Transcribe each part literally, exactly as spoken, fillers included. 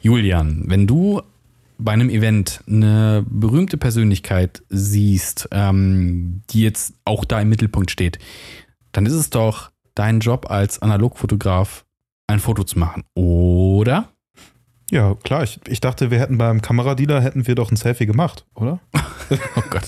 Julian, wenn du bei einem Event eine berühmte Persönlichkeit siehst, ähm, die jetzt auch da im Mittelpunkt steht, dann ist es doch dein Job als Analogfotograf, ein Foto zu machen, oder? Ja, klar. Ich, ich dachte, wir hätten beim Kameradealer hätten wir doch ein Selfie gemacht, oder? Oh Gott.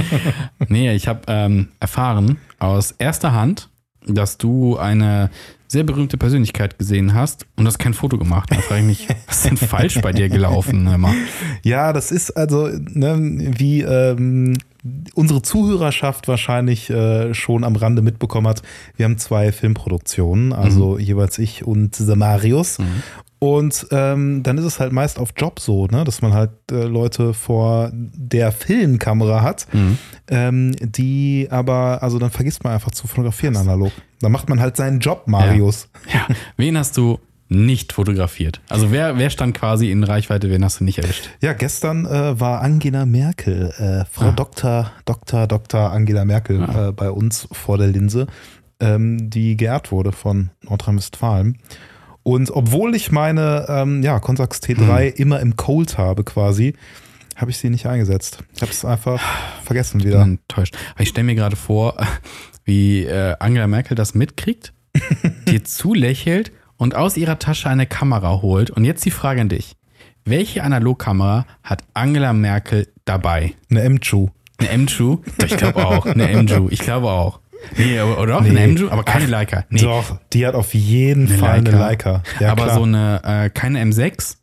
Nee, ich habe ähm, erfahren aus erster Hand, dass du eine sehr berühmte Persönlichkeit gesehen hast und hast kein Foto gemacht. Da frage ich mich, was ist denn falsch bei dir gelaufen? Immer? Ja, das ist also, ne, wie ähm, unsere Zuhörerschaft wahrscheinlich äh, schon am Rande mitbekommen hat. Wir haben zwei Filmproduktionen, also mhm. jeweils ich und der Marius. Mhm. Und ähm, dann ist es halt meist auf Job so, ne, dass man halt äh, Leute vor der Filmkamera hat, mhm. ähm, die aber, also dann vergisst man einfach zu fotografieren analog. Dann macht man halt seinen Job, Marius. Ja. Ja. Wen hast du nicht fotografiert? Also wer, wer stand quasi in Reichweite, wen hast du nicht erwischt? Ja, gestern äh, war Angela Merkel, äh, Frau ah. Doktor, Doktor, Doktor Angela Merkel ah. äh, bei uns vor der Linse, ähm, die geehrt wurde von Nordrhein-Westfalen. Und obwohl ich meine ähm, ja, Contax T drei hm. immer im Cold habe quasi, habe ich sie nicht eingesetzt. Ich habe es einfach vergessen wieder. Ich bin enttäuscht. Aber ich stelle mir gerade vor, wie äh, Angela Merkel das mitkriegt, dir zulächelt und aus ihrer Tasche eine Kamera holt. Und jetzt die Frage an dich. Welche Analogkamera hat Angela Merkel dabei? Eine M zwei. Eine M zwei? Ich glaube auch. Eine M zwei. Ich glaube auch. Nee, oder auch nee. Eine M zwei, aber keine Ach, Leica. Nee. Doch, die hat auf jeden eine Fall Leica. eine Leica. Ja, aber klar. so eine, äh, keine M sechs,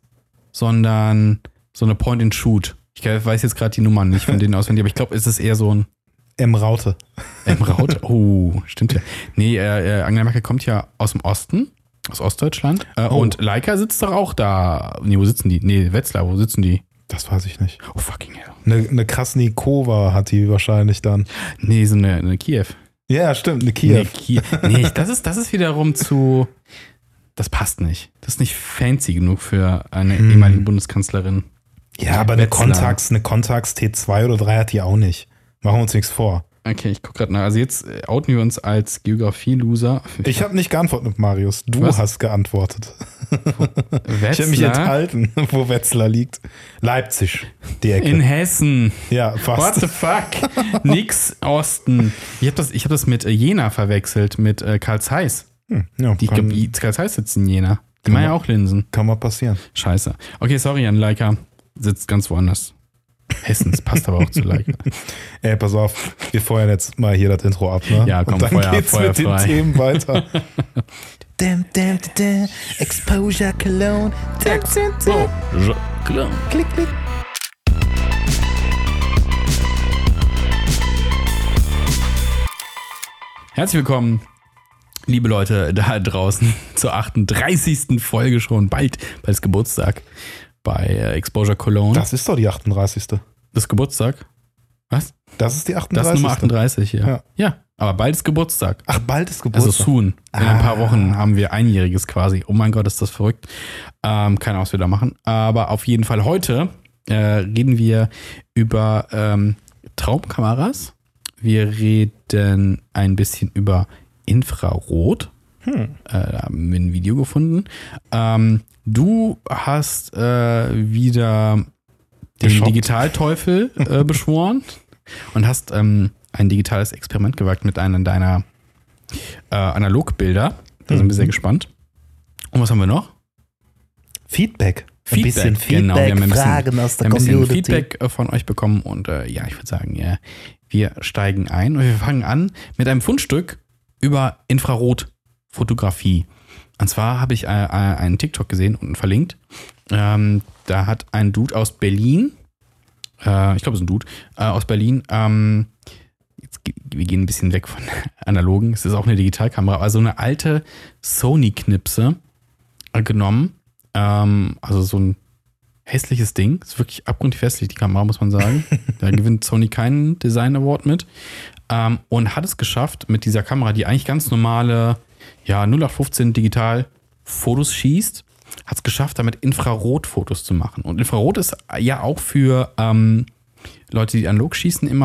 sondern so eine Point-and-Shoot. Ich weiß jetzt gerade die Nummern nicht von denen auswendig, aber ich glaube, es ist eher so ein M-Raute. M-Raute? Oh, stimmt ja. Nee, äh, Angela Merkel kommt ja aus dem Osten, aus Ostdeutschland. Äh, oh. Und Leica sitzt doch auch da. Nee, wo sitzen die? Nee, Wetzlar, wo sitzen die? Das weiß ich nicht. Oh, fucking hell. Eine, eine Krasnikova hat die wahrscheinlich dann. Nee, so eine, eine Kiew. Ja, stimmt, eine Kiew. Nee, Kiew. nee das, ist, das ist wiederum zu. Das passt nicht. Das ist nicht fancy genug für eine hm. ehemalige Bundeskanzlerin. Ja, aber eine Contax, eine Contax T zwei oder drei hat die auch nicht. Machen wir uns nichts vor. Okay, ich gucke gerade nach. Also jetzt outen wir uns als Geografie-Loser. Ich habe nicht geantwortet, Marius. Du Was? hast geantwortet. Wetzlar? Ich habe mich enthalten, wo Wetzlar liegt. Leipzig, die Ecke. In Hessen. Ja, fast. What the fuck? Nix Osten. Ich habe das, ich hab das mit Jena verwechselt, mit äh, Karl Zeiss. Hm, ja, die, kann, ich glaube, Karl Zeiss sitzt in Jena. Die machen ja auch Linsen. Kann mal passieren. Scheiße. Okay, sorry, Jan Leica sitzt ganz woanders. Hessens passt aber auch zu Leica. Ey, pass auf, wir feuern jetzt mal hier das Intro ab, ne? Ja, komm, und dann Feuer, geht's Feuer mit frei. den Themen weiter. Damn, damn, damn, Exposure Cologne. Exposure Cologne. Klick, klick. Herzlich willkommen, liebe Leute da draußen, zur achtunddreißigsten Folge schon. Bald, bald ist Geburtstag bei Exposure Cologne. Das ist doch die achtunddreißigste. Das ist Geburtstag? Was? Das ist die achtunddreißigste. Das ist Nummer achtunddreißig, ja. Ja, ja, aber bald ist Geburtstag. Ach, bald ist Geburtstag. Also soon. In ah. ein paar Wochen haben wir Einjähriges quasi. Oh mein Gott, ist das verrückt. Ähm, keine Ahnung, was wir da machen. Aber auf jeden Fall heute äh, reden wir über ähm, Traumkameras. Wir reden ein bisschen über Infrarot. Hm. Äh, da haben wir ein Video gefunden. Ähm, du hast äh, wieder den Geschockt. Digitalteufel äh, beschworen und hast ähm, ein digitales Experiment gewagt mit einem deiner äh, Analogbilder. Da sind wir sehr gespannt. Und was haben wir noch? Feedback. Feedback, ein bisschen Feedback, genau. Wir haben ein bisschen, Fragen aus der ein bisschen Community. Feedback von euch bekommen und äh, ja, ich würde sagen, ja, wir steigen ein und wir fangen an mit einem Fundstück über Infrarotfotografie. Und zwar habe ich äh, einen TikTok gesehen, unten verlinkt. Ähm, da hat ein Dude aus Berlin, äh, ich glaube, es ist ein Dude, äh, aus Berlin, ähm, jetzt, wir gehen ein bisschen weg von analogen, es ist auch eine Digitalkamera, aber so eine alte Sony-Knipse äh, genommen. Ähm, also so ein hässliches Ding. Ist wirklich abgrundtief hässlich, die Kamera, muss man sagen. Da gewinnt Sony keinen Design Award mit. Ähm, und hat es geschafft, mit dieser Kamera, die eigentlich ganz normale, ja, null acht fünfzehn digital Fotos schießt, hat es geschafft, damit Infrarotfotos zu machen. Und Infrarot ist ja auch für ähm, Leute, die analog schießen, immer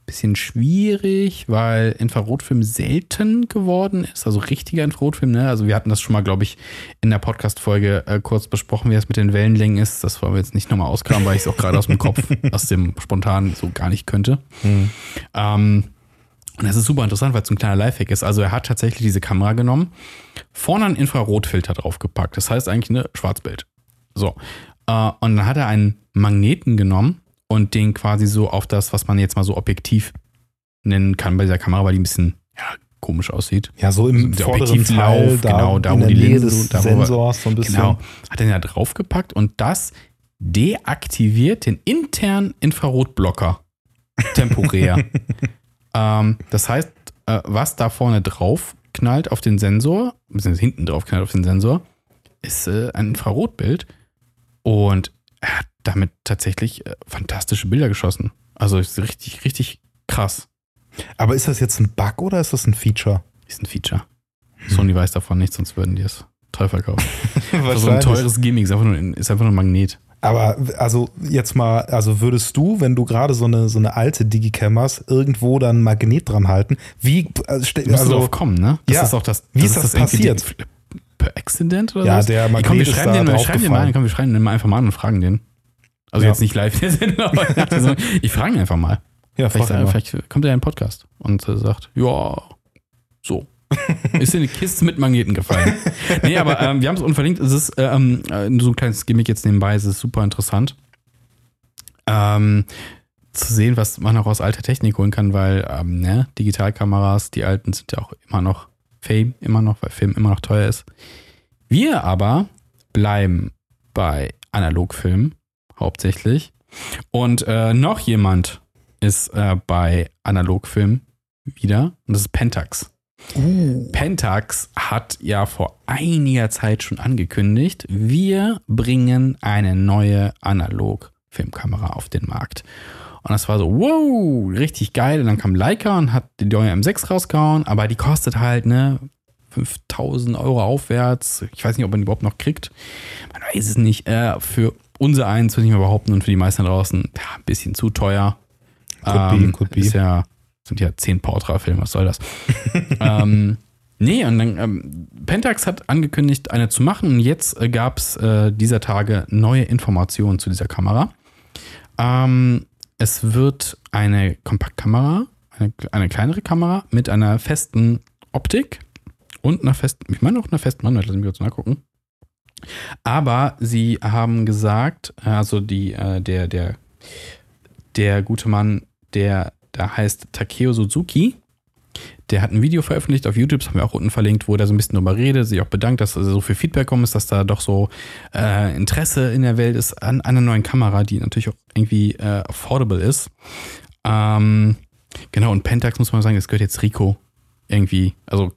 bisschen schwierig, weil Infrarotfilm selten geworden ist. Also richtiger Infrarotfilm, ne? Also wir hatten das schon mal, glaube ich, in der Podcast-Folge äh, kurz besprochen, wie das mit den Wellenlängen ist. Das wollen wir jetzt nicht nochmal ausgraben, weil ich es auch gerade aus dem Kopf, aus dem Spontan so gar nicht könnte. Mhm. Ähm, und das ist super interessant, weil es so ein kleiner Lifehack ist. Also er hat tatsächlich diese Kamera genommen, vorne einen Infrarotfilter draufgepackt. Das heißt eigentlich eine Schwarzbild. So. Äh, und dann hat er einen Magneten genommen und den quasi so auf das, was man jetzt mal so Objektiv nennen kann bei dieser Kamera, weil die ein bisschen ja, komisch aussieht. Ja, so im der vorderen Teil, da, genau, da in wo der die Nähe Linse, des da, wo Sensors so ein bisschen. Genau, hat er ja draufgepackt und das deaktiviert den internen Infrarotblocker temporär. ähm, das heißt, äh, was da vorne drauf knallt auf den Sensor, beziehungsweise hinten drauf knallt auf den Sensor, ist äh, ein Infrarotbild und er hat damit tatsächlich äh, fantastische Bilder geschossen. Also ist richtig, richtig krass. Aber ist das jetzt ein Bug oder ist das ein Feature? Ist ein Feature. Hm. Sony weiß davon nichts, sonst würden die es teuer verkaufen. Also so ein teures Gimmick, ist einfach nur ein, ist einfach nur ein Magnet. Aber also jetzt mal, also würdest du, wenn du gerade so eine, so eine alte Digicam hast, irgendwo dann ein Magnet dran halten? Wie, also, du musst also, drauf kommen, ne? Das ja, ist auch das, wie das ist das, das passiert? Per Accident oder ja, so? Der Magnet komm, wir ist schreiben da den, wir schreiben den mal an, komm, wir schreiben den mal einfach mal an und fragen den. Also ja. Jetzt nicht live, aber ich frage ihn einfach mal. Ja, vielleicht, frag vielleicht kommt er in den Podcast und äh, sagt, ja, so. Ist in eine Kiste mit Magneten gefallen. Nee, aber ähm, wir haben es unverlinkt. Es ist ähm, so ein kleines Gimmick jetzt nebenbei. Es ist super interessant. Ähm, zu sehen, was man auch aus alter Technik holen kann, weil ähm, ne, Digitalkameras, die alten sind ja auch immer noch Fame, immer noch, weil Film immer noch teuer ist. Wir aber bleiben bei Analogfilm hauptsächlich. Und äh, noch jemand ist äh, bei Analogfilm wieder und das ist Pentax. Uh. Pentax hat ja vor einiger Zeit schon angekündigt, wir bringen eine neue Analog-Filmkamera auf den Markt. Und das war so, wow, richtig geil. Und dann kam Leica und hat die neue M sechs rausgehauen, aber die kostet halt, ne, fünftausend Euro aufwärts. Ich weiß nicht, ob man die überhaupt noch kriegt. Man weiß es nicht. Äh, für unser eins, würde ich mal behaupten, und für die meisten da draußen, ja, ein bisschen zu teuer. Could ähm, be, could be. Ist ja, sind ja zehn Portra-Filme, was soll das? ähm, nee, und dann, ähm, Pentax hat angekündigt, eine zu machen. Und jetzt äh, gab es äh, dieser Tage neue Informationen zu dieser Kamera. Ähm, es wird eine Kompaktkamera, eine, eine kleinere Kamera mit einer festen Optik und einer festen, ich meine auch einer festen Manuel, lass mich kurz nachgucken. Aber sie haben gesagt, also die, äh, der, der, der gute Mann, der da heißt Takeo Suzuki, der hat ein Video veröffentlicht auf YouTube, das haben wir auch unten verlinkt, wo der so ein bisschen drüber redet, sich auch bedankt, dass also so viel Feedback kommt, ist, dass da doch so äh, Interesse in der Welt ist an, an einer neuen Kamera, die natürlich auch irgendwie äh, affordable ist. Ähm, genau, und Pentax muss man sagen, das gehört jetzt Ricoh irgendwie, also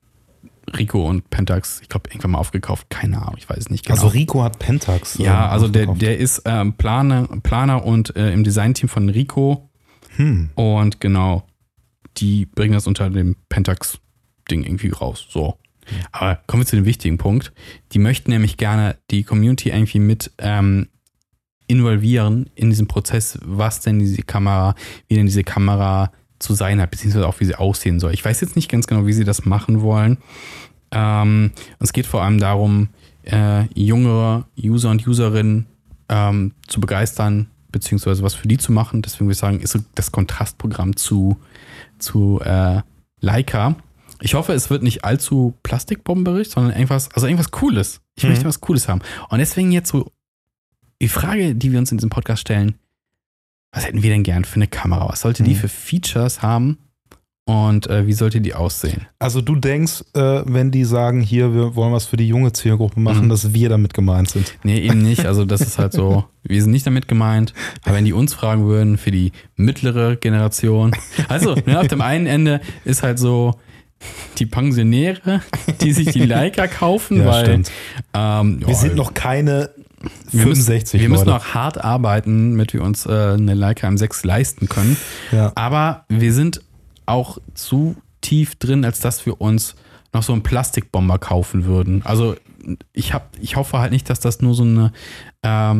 Ricoh und Pentax, ich glaube, irgendwann mal aufgekauft, keine Ahnung, ich weiß es nicht genau. Also Ricoh hat Pentax Ja, also der, der ist ähm, Planer, Planer und äh, im Designteam von Ricoh hm. und genau, die bringen das unter dem Pentax-Ding irgendwie raus, so. Hm. Aber kommen wir zu dem wichtigen Punkt, die möchten nämlich gerne die Community irgendwie mit ähm, involvieren in diesem Prozess, was denn diese Kamera, wie denn diese Kamera zu sein hat, beziehungsweise auch wie sie aussehen soll. Ich weiß jetzt nicht ganz genau, wie sie das machen wollen. Ähm, es geht vor allem darum, äh, jüngere User und Userinnen ähm, zu begeistern, beziehungsweise was für die zu machen. Deswegen würde ich sagen, ist so das Kontrastprogramm zu, zu äh, Leica. Ich hoffe, es wird nicht allzu plastikbomberig, sondern irgendwas, also irgendwas Cooles. Ich mhm. möchte was Cooles haben. Und deswegen jetzt so die Frage, die wir uns in diesem Podcast stellen, was hätten wir denn gern für eine Kamera? Was sollte die für Features haben und äh, wie sollte die aussehen? Also du denkst, äh, wenn die sagen, hier, wir wollen was für die junge Zielgruppe machen, mhm. dass wir damit gemeint sind? Nee, eben nicht. Also das ist halt so, wir sind nicht damit gemeint. Aber wenn die uns fragen würden, für die mittlere Generation. Also ne, auf dem einen Ende ist halt so die Pensionäre, die sich die Leica kaufen, ja, weil stimmt. Ähm, wir oh, sind noch keine Wir müssen, fünfundsechzig, wir müssen auch hart arbeiten, damit wir uns äh, eine Leica M sechs leisten können. Ja. Aber wir sind auch zu tief drin, als dass wir uns noch so einen Plastikbomber kaufen würden. Also ich hab, ich hoffe halt nicht, dass das nur so eine ähm,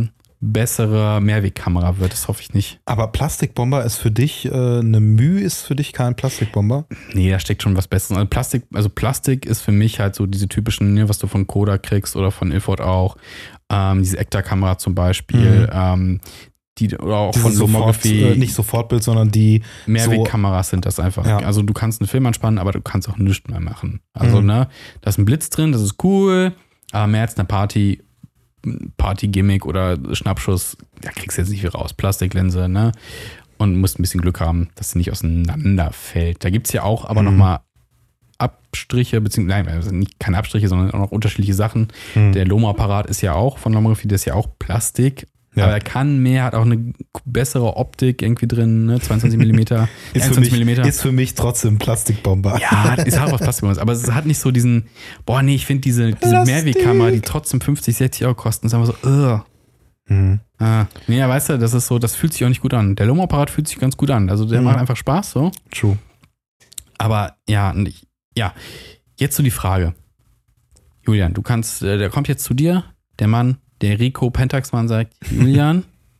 bessere Mehrwegkamera wird. Das hoffe ich nicht. Aber Plastikbomber ist für dich, äh, eine Mühe ist für dich kein Plastikbomber? Nee, da steckt schon was Besseres. Also Plastik, also Plastik ist für mich halt so diese typischen, ne, was du von Kodak kriegst oder von Ilford auch. Ähm, diese Ektar-Kamera zum Beispiel. Mhm. Ähm, die, oder auch diese von sofort, äh, nicht Sofortbild, sondern die Mehrwegkameras so, sind das einfach. Ja. Also du kannst einen Film anspannen, aber du kannst auch nichts mehr machen. Also, mhm. ne, da ist ein Blitz drin, das ist cool, aber mehr als eine Party, Party-Gimmick oder Schnappschuss, da kriegst du jetzt nicht viel raus. Plastiklinse, ne? Und musst ein bisschen Glück haben, dass sie nicht auseinanderfällt. Da gibt es ja auch aber mhm. nochmal Abstriche, beziehungsweise, nein, also nicht keine Abstriche, sondern auch noch unterschiedliche Sachen. Mhm. Der Lomo-Apparat ist ja auch von Lomography, der ist ja auch Plastik. Ja. Aber er kann mehr, hat auch eine bessere Optik irgendwie drin, ne? zweiundzwanzig Millimeter, ist, für mich, Millimeter. Ist für mich trotzdem Plastikbomber. Ja, ist auch was Plastikbomber. Aber es hat nicht so diesen, boah, nee, ich finde diese, diese Mehrwegkamera, die trotzdem fünfzig, sechzig Euro kosten, ist einfach so, ugh. Mhm. Ah, nee, ja, weißt du, das ist so, das fühlt sich auch nicht gut an. Der Lomo-Apparat fühlt sich ganz gut an. Also der mhm. macht einfach Spaß, so. True. Aber ja, ja, jetzt so die Frage. Julian, du kannst, der kommt jetzt zu dir, der Mann, der Rico Pentax-Mann sagt, Julian,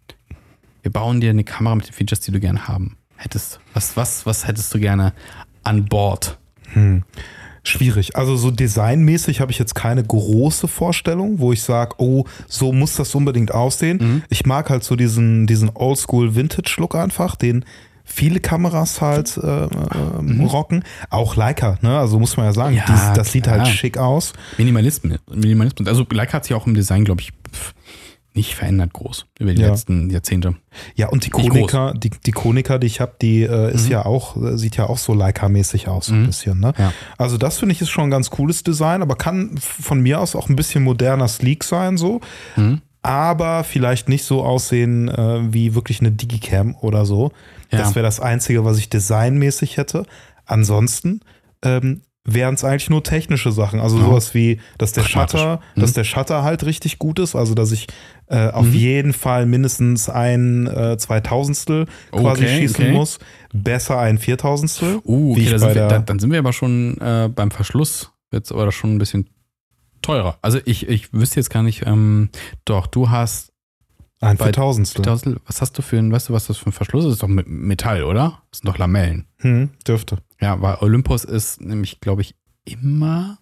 wir bauen dir eine Kamera mit den Features, die du gerne haben hättest. Was, was, was hättest du gerne an Bord? Hm. Schwierig. Also so designmäßig habe ich jetzt keine große Vorstellung, wo ich sage, oh, so muss das unbedingt aussehen. Mhm. Ich mag halt so diesen, diesen Oldschool-Vintage-Look einfach, den viele Kameras halt äh, äh, mhm. rocken. Auch Leica, ne? Also muss man ja sagen, ja, dies, das sieht halt schick aus. Minimalismus. Minimalismus. Also Leica hat sich auch im Design, glaube ich, nicht verändert groß über die ja. letzten Jahrzehnte. Ja, und die Konica, die, die Konica, die ich habe, die äh, ist mhm. ja auch, sieht ja auch so Leica-mäßig aus, so ein mhm. bisschen. Ne? Ja. Also das finde ich ist schon ein ganz cooles Design, aber kann von mir aus auch ein bisschen moderner, sleek sein, so. Mhm. Aber vielleicht nicht so aussehen äh, wie wirklich eine Digicam oder so. Ja. Das wäre das Einzige, was ich designmäßig hätte. Ansonsten ähm, wären es eigentlich nur technische Sachen. Also ja. sowas wie, dass der Shutter, mhm. dass der Shutter halt richtig gut ist. Also dass ich äh, auf mhm. jeden Fall mindestens ein äh, Zweitausendstel quasi okay, schießen okay. muss. Besser ein Viertausendstel. Uh, okay, wie ich da bei sind wir, der da, dann sind wir aber schon äh, beim Verschluss. Jetzt aber schon ein bisschen teurer. Also ich, ich wüsste jetzt gar nicht, ähm, doch, du hast ein Viertausendstel. Viertausendstel. Was hast du für ein, weißt du, was das für ein Verschluss ist? Das ist doch Metall, oder? Das sind doch Lamellen. Hm, dürfte. Ja, weil Olympus ist nämlich, glaube ich, immer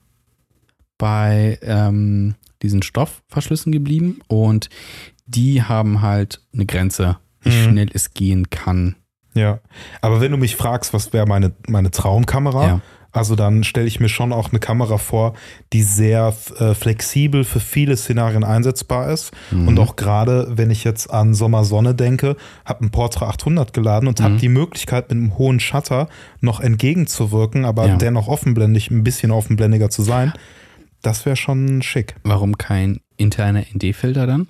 bei ähm, diesen Stoffverschlüssen geblieben und die haben halt eine Grenze, wie mhm. schnell es gehen kann. Ja, aber wenn du mich fragst, was wäre meine, meine Traumkamera, ja. also dann stelle ich mir schon auch eine Kamera vor, die sehr äh, flexibel für viele Szenarien einsetzbar ist. Mhm. Und auch gerade, wenn ich jetzt an Sommersonne denke, habe ein Portra achthundert geladen und mhm. habe die Möglichkeit, mit einem hohen Shutter noch entgegenzuwirken, aber ja. dennoch offenblendig, ein bisschen offenblendiger zu sein. Das wäre schon schick. Warum kein interner N D-Filter dann?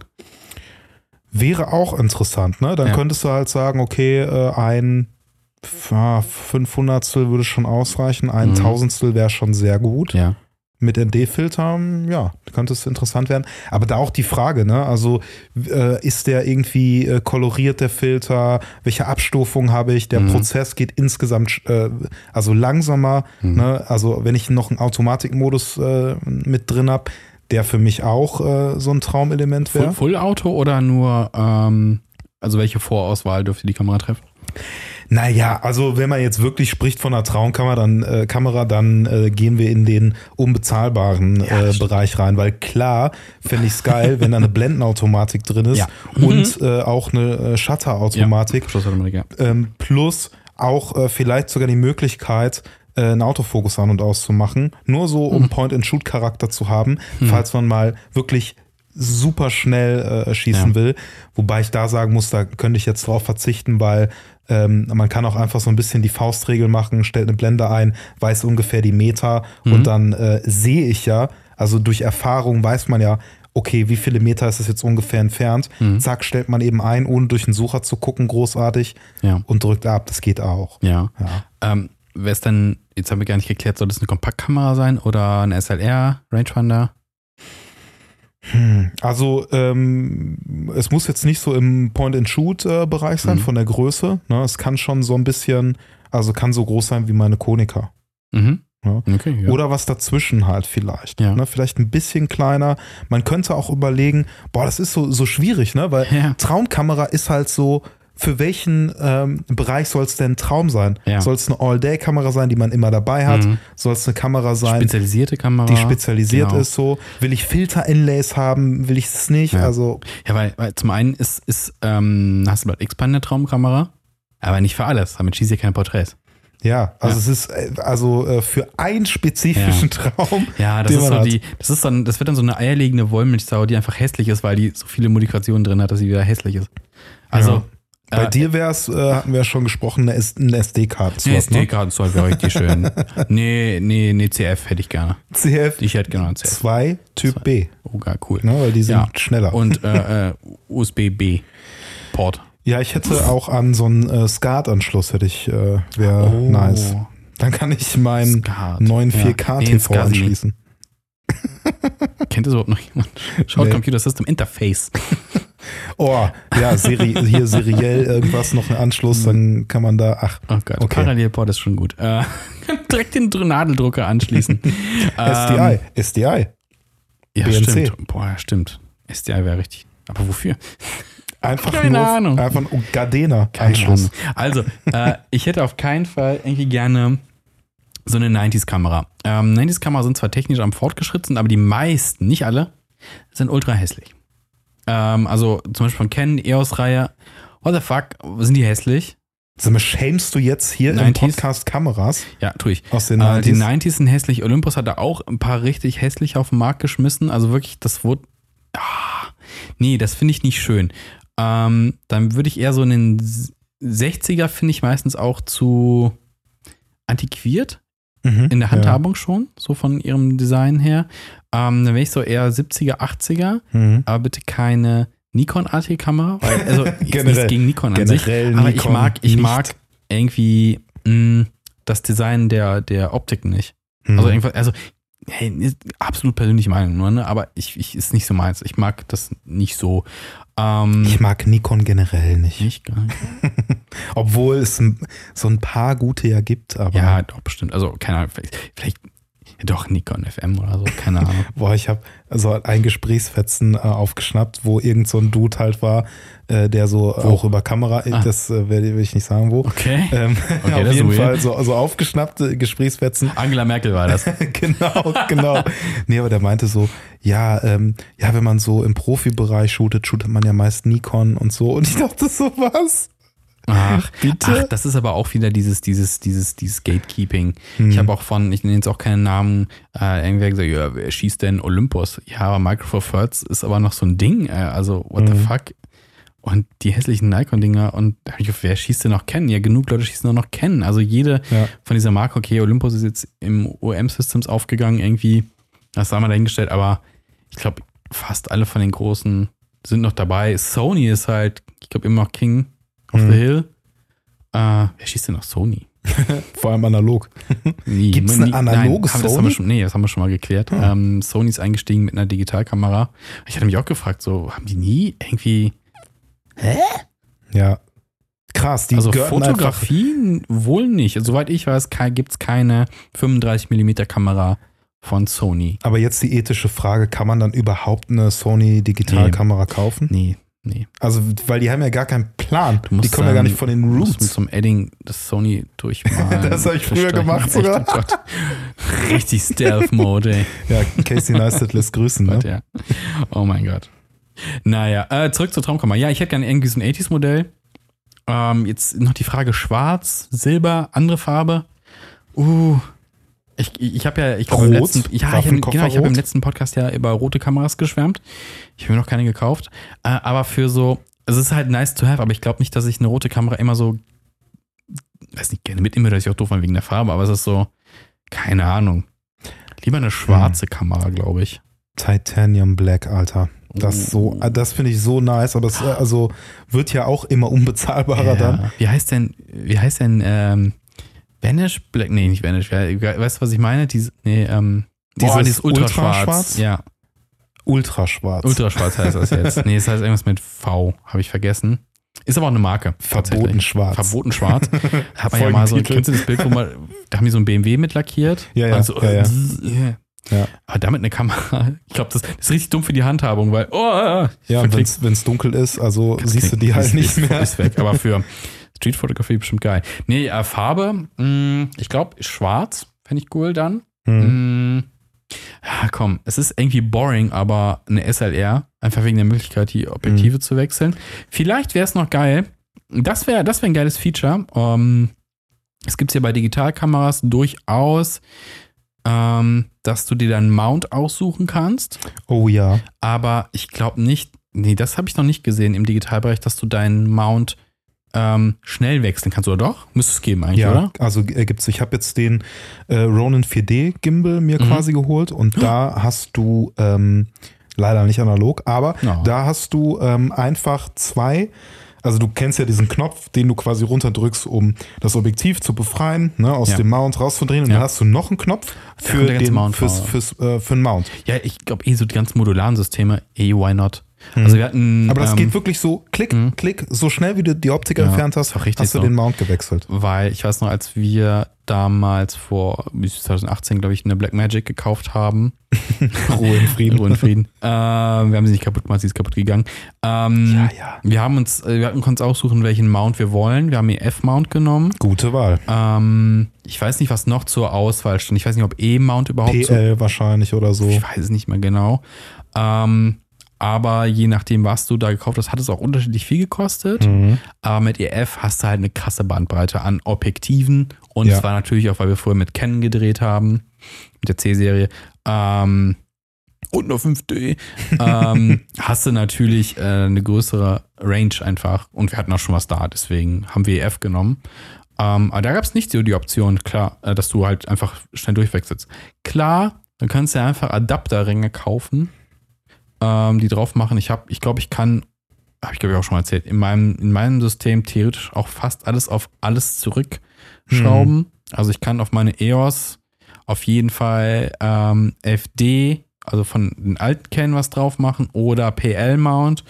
Wäre auch interessant, ne? Dann ja. könntest du halt sagen, okay, äh, ein fünfhundertstel würde schon ausreichen, ein mhm. Tausendstel wäre schon sehr gut. Ja. Mit N D-Filtern, ja, könnte es interessant werden. Aber da auch die Frage, ne? Also äh, ist der irgendwie äh, koloriert, der Filter? Welche Abstufung habe ich? Der mhm. Prozess geht insgesamt äh, also langsamer. Mhm. Ne? Also wenn ich noch einen Automatikmodus äh, mit drin habe, der für mich auch äh, so ein Traumelement wäre. Full, Full Auto oder nur, ähm, also welche Vorauswahl dürfte die Kamera treffen? Naja, also wenn man jetzt wirklich spricht von einer Traumkamera, dann, äh, Kamera, dann äh, gehen wir in den unbezahlbaren ja, äh, Bereich rein, weil klar fände ich es geil, wenn da eine Blendenautomatik drin ist ja. und mhm. äh, auch eine äh, Shutter-Automatik ja. ähm, plus auch äh, vielleicht sogar die Möglichkeit, äh, einen Autofokus an- und auszumachen, nur so um mhm. Point-and-Shoot-Charakter zu haben, mhm. falls man mal wirklich super schnell äh, schießen ja. will, wobei ich da sagen muss, da könnte ich jetzt drauf verzichten, weil ähm, man kann auch einfach so ein bisschen die Faustregel machen, stellt eine Blende ein, weiß ungefähr die Meter mhm. und dann äh, sehe ich ja, also durch Erfahrung weiß man ja, okay, wie viele Meter ist es jetzt ungefähr entfernt, mhm. zack, stellt man eben ein, ohne durch den Sucher zu gucken, großartig ja. und drückt ab, das geht auch. Ja, ja. Ähm, wäre es denn, jetzt haben wir gar nicht geklärt, soll das eine Kompaktkamera sein oder eine S L R, Rangefinder? Hm, also ähm, es muss jetzt nicht so im Point-and-Shoot-Bereich sein, mhm. von der Größe. Ne? Es kann schon so ein bisschen, also kann so groß sein wie meine Konica. Mhm. Ja. Okay, ja. Oder was dazwischen halt vielleicht. Ja. Ne? Vielleicht ein bisschen kleiner. Man könnte auch überlegen, boah, das ist so, so schwierig, ne? Weil Ja. Traumkamera ist halt so, für welchen ähm, Bereich soll es denn ein Traum sein? Ja. Soll es eine All-Day-Kamera sein, die man immer dabei hat? Mhm. Soll es eine Kamera sein, Spezialisierte Kamera. die spezialisiert Genau. ist so? Will ich Filter-Inlays haben? Will ich es nicht? Ja. Also, Ja, weil, weil zum einen ist, ist ähm, Hasselblad X-Pan eine Traumkamera, aber nicht für alles. Damit schieße ich keine Porträts. ja, also Ja. es ist äh, also äh, für einen spezifischen Traum. Ja, das den ist man so hat. die, das ist dann, das wird dann so eine eierlegende Wollmilchsau, die einfach hässlich ist, weil die so viele Modifikationen drin hat, dass sie wieder hässlich ist. Also, Bei äh, dir wäre es, äh, hatten wir ja schon gesprochen, eine, S- eine S D-Karte. eine S D-Karten wäre richtig schön. Nee, nee, nee, C F hätte ich gerne. C F Ich hätte gerne einen C F. zwei Typ B, Oh, gar cool. ne, weil die sind Ja. schneller. Und äh, äh, U S B-B-Port. ja, ich hätte auch an so einen äh, SCART-Anschluss, hätte ich, äh, wäre Oh. nice. Dann kann ich meinen Skat. neuen Ja. vier K Nee, T V SCSI. anschließen. Kennt das überhaupt noch jemand? Schaut Nee. Computer System Interface. Oh, ja, seri hier seriell irgendwas, noch ein Anschluss, dann kann man da, ach, Oh Gott, Okay. Parallelport ist schon gut. Äh, direkt den Nadeldrucker anschließen. S D I, S D I. Ja, B N C. stimmt. Boah, ja, stimmt. S D I wäre richtig. Aber wofür? Einfach Keine nur, Ahnung. einfach ein Gardena Keine Anschluss. Ahnung. Also, äh, ich hätte auf keinen Fall irgendwie gerne so eine neunziger-Kamera. Ähm, neunziger-Kamera sind zwar technisch am fortgeschritten, aber die meisten, nicht alle, sind ultra hässlich. Ähm, also zum Beispiel von Canon, E O S-Reihe. What the fuck, sind die hässlich? Sag mal, schämst du jetzt hier im neunziger? Podcast Kameras Ja, tue ich. aus den Äh, die neunziger? neunziger sind hässlich. Olympus hat da auch ein paar richtig hässlich auf den Markt geschmissen. Also wirklich, das wurde. Ah, nee, das finde ich nicht schön. Ähm, dann würde ich eher so einen sechziger, finde ich meistens auch zu antiquiert Mhm, in der Handhabung schon, so von ihrem Design her. Ähm, dann wäre ich so eher siebziger, achtziger, Ja. Mhm. aber bitte keine Nikon-artige Kamera. Weil, also jetzt Generell- nichts gegen Nikon an sich. Generell Aber ich Nikon mag, ich nicht. mag irgendwie mh, das Design der, der Optik nicht. Mhm. Also irgendwas, also hey, ist absolut persönliche Meinung nur, ne? Aber ich, ich ist nicht so meins. Ich mag das nicht so. Ähm, Ich mag Nikon generell nicht. nicht gar nicht. Obwohl es m- so ein paar gute ja gibt, aber Ja, doch, bestimmt. Also, keine Ahnung, vielleicht, vielleicht ja, doch Nikon F M oder so, keine Ahnung. boah, ich habe also ein Gesprächsfetzen äh, aufgeschnappt, wo irgend so ein Dude halt war, äh, der so auch über Kamera, Ah. das äh, will, will ich nicht sagen wo. Okay. Ähm, Okay, auf das ist jeden weird. Fall so, so aufgeschnappte Gesprächsfetzen. Angela Merkel war das. genau, genau. Nee, aber der meinte so, ja, ähm, ja, wenn man so im Profibereich shootet, shootet man ja meist Nikon und so. Und ich dachte so, was? Ach, Bitte? ach, das ist aber auch wieder dieses, dieses, dieses, dieses Gatekeeping. Hm. Ich habe auch von, ich nenne jetzt auch keinen Namen, äh, irgendwer gesagt, ja, wer schießt denn Olympus? Ja, aber Micro Four Thirds ist aber noch so ein Ding, äh, also what the Mhm. fuck? Und die hässlichen Nikon-Dinger und da hab ich gedacht, wer schießt denn noch Canon? Ja, genug Leute schießen nur noch Canon. Also jede Ja. von dieser Marke, okay, Olympus ist jetzt im O M-Systems aufgegangen irgendwie, das sei mal dahingestellt, aber ich glaube, fast alle von den großen sind noch dabei. Sony ist halt, ich glaube, immer noch King of Mhm. the Hill. Äh, wer schießt denn noch Sony? Vor allem analog. Nie, Gibt's eine nie- analoge nein, haben- das haben Sony? wir schon, nee, das haben wir schon mal geklärt. Hm. Ähm, Sony ist eingestiegen mit einer Digitalkamera. Ich hatte mich auch gefragt, so, haben die nie irgendwie, Ja. Krass, die also gehörten einfach. Fotografie wohl nicht. Also, soweit ich weiß, gibt es keine fünfunddreißig Millimeter Kamera von Sony. Aber jetzt die ethische Frage, kann man dann überhaupt eine Sony Digitalkamera kaufen? Nee, nee. Also, weil die haben ja gar keinen Plan. Du musst Die kommen ja gar dann- nicht von den Du musst mit Roots. zum Edding das Sony durchmalen. Das hab ich früher verstreichen. gemacht Echt, sogar. oh Gott. Richtig Stealth-Mode, ey. Ja, Casey Neistat lässt grüßen, ne? Gott, ja. Oh mein Gott. Naja, äh, zurück zur Traumkamera. Ja, ich hätte gerne irgendwie so ein achtziger-Modell. Ähm, jetzt noch die Frage schwarz, silber, andere Farbe. Uh, ich, ich, ich habe ja, ich glaube im Rot? letzten, ja, ich hab, genau, ich habe Waffenkofferrot? im letzten Podcast ja über rote Kameras geschwärmt. Ich habe mir noch keine gekauft. Äh, aber für so, es ist halt nice to have, aber ich glaube nicht, dass ich eine rote Kamera immer so, weiß nicht, gerne mitnehme, dass ich auch doof fand wegen der Farbe, aber es ist so, keine Ahnung. Lieber eine schwarze Kamera, glaube ich. Titanium Black, Alter. Das so, Oh. das finde ich so nice, aber es äh, also wird ja auch immer unbezahlbarer Ja. dann. Wie heißt denn, wie heißt denn, ähm, Vanish Black? Nee, nicht Vanish. Weißt du, was ich meine? Diese, nee, ähm, Dieses boah, dieses Ultraschwarz. Ultraschwarz? Ja, Ultraschwarz. Ultraschwarz heißt das jetzt. Nee, es heißt irgendwas mit V, habe ich vergessen. Ist aber auch eine Marke. Verboten schwarz. Verboten schwarz. Hat man ja mal so, kennst du das Bild, wo man, da haben die so ein B M W mit lackiert? Ja, ja. Also, ja, ja. Yeah. Ja. Aber damit eine Kamera, ich glaube, das, das ist richtig dumm für die Handhabung, weil, oh, ja, und wenn es dunkel ist, also siehst du die halt nicht ist, mehr. Ist weg, aber für Streetfotografie bestimmt geil. Nee, äh, Farbe, mh, ich glaube, schwarz fände ich cool dann. Hm. Mh, ja, komm, es ist irgendwie boring, aber eine S L R, einfach wegen der Möglichkeit, die Objektive hm. zu wechseln. Vielleicht wäre es noch geil, das wäre das wär ein geiles Feature. Ähm, es gibt es ja bei Digitalkameras durchaus, Ähm, dass du dir deinen Mount aussuchen kannst. Oh ja. Aber ich glaube nicht, nee, das habe ich noch nicht gesehen im Digitalbereich, dass du deinen Mount ähm, schnell wechseln kannst, oder doch? Müsste es geben eigentlich, ja, oder? Also äh, gibt's. Ich habe jetzt den äh, Ronin vier D Gimbal mir mhm. quasi geholt und da hast du ähm, leider nicht analog, aber no. da hast du ähm, einfach zwei. Also du kennst ja diesen Knopf, den du quasi runterdrückst, um das Objektiv zu befreien, ne, aus ja. dem Mount rauszudrehen. Und ja. dann hast du noch einen Knopf für den Mount fürs, fürs, äh, für den Mount. Ja, ich glaube eh so die ganzen modularen Systeme, eh, why not? Mhm. Also wir hatten, aber das ähm, geht wirklich so, klick, mhm. klick, so schnell wie du die Optik ja, entfernt hast, hast du so. den Mount gewechselt. Weil ich weiß noch, als wir damals vor zwanzig achtzehn, glaube ich, eine Blackmagic gekauft haben. Ruhe in Frieden. Ruhe in Frieden. äh, wir haben sie nicht kaputt gemacht, sie ist kaputt gegangen. Ähm, ja, ja. Wir haben uns, wir hatten uns aussuchen, welchen Mount wir wollen. Wir haben E F-Mount genommen. Gute Wahl. Ähm, ich weiß nicht, was noch zur Auswahl stand. Ich weiß nicht, ob E-Mount überhaupt P L so, wahrscheinlich oder so. Ich weiß es nicht mehr genau. Ähm, aber je nachdem, was du da gekauft hast, hat es auch unterschiedlich viel gekostet. Mhm. Aber mit E F hast du halt eine krasse Bandbreite an Objektiven. Und ja. zwar natürlich auch, weil wir vorher mit Canon gedreht haben, mit der C-Serie. Ähm, und nur fünf D. ähm, hast du natürlich äh, eine größere Range einfach. Und wir hatten auch schon was da, deswegen haben wir E F genommen. Ähm, aber da gab es nicht so die Option, klar, äh, dass du halt einfach schnell durchwechselst. Klar, dann kannst du ja einfach Adapterringe kaufen, die drauf machen. Ich habe, ich glaube, ich kann, habe ich glaube ich auch schon mal erzählt, in meinem, in meinem System theoretisch auch fast alles auf alles zurückschrauben. Mhm. Also ich kann auf meine E O S auf jeden Fall ähm, F D, also von den alten Canon was drauf machen oder P L-Mount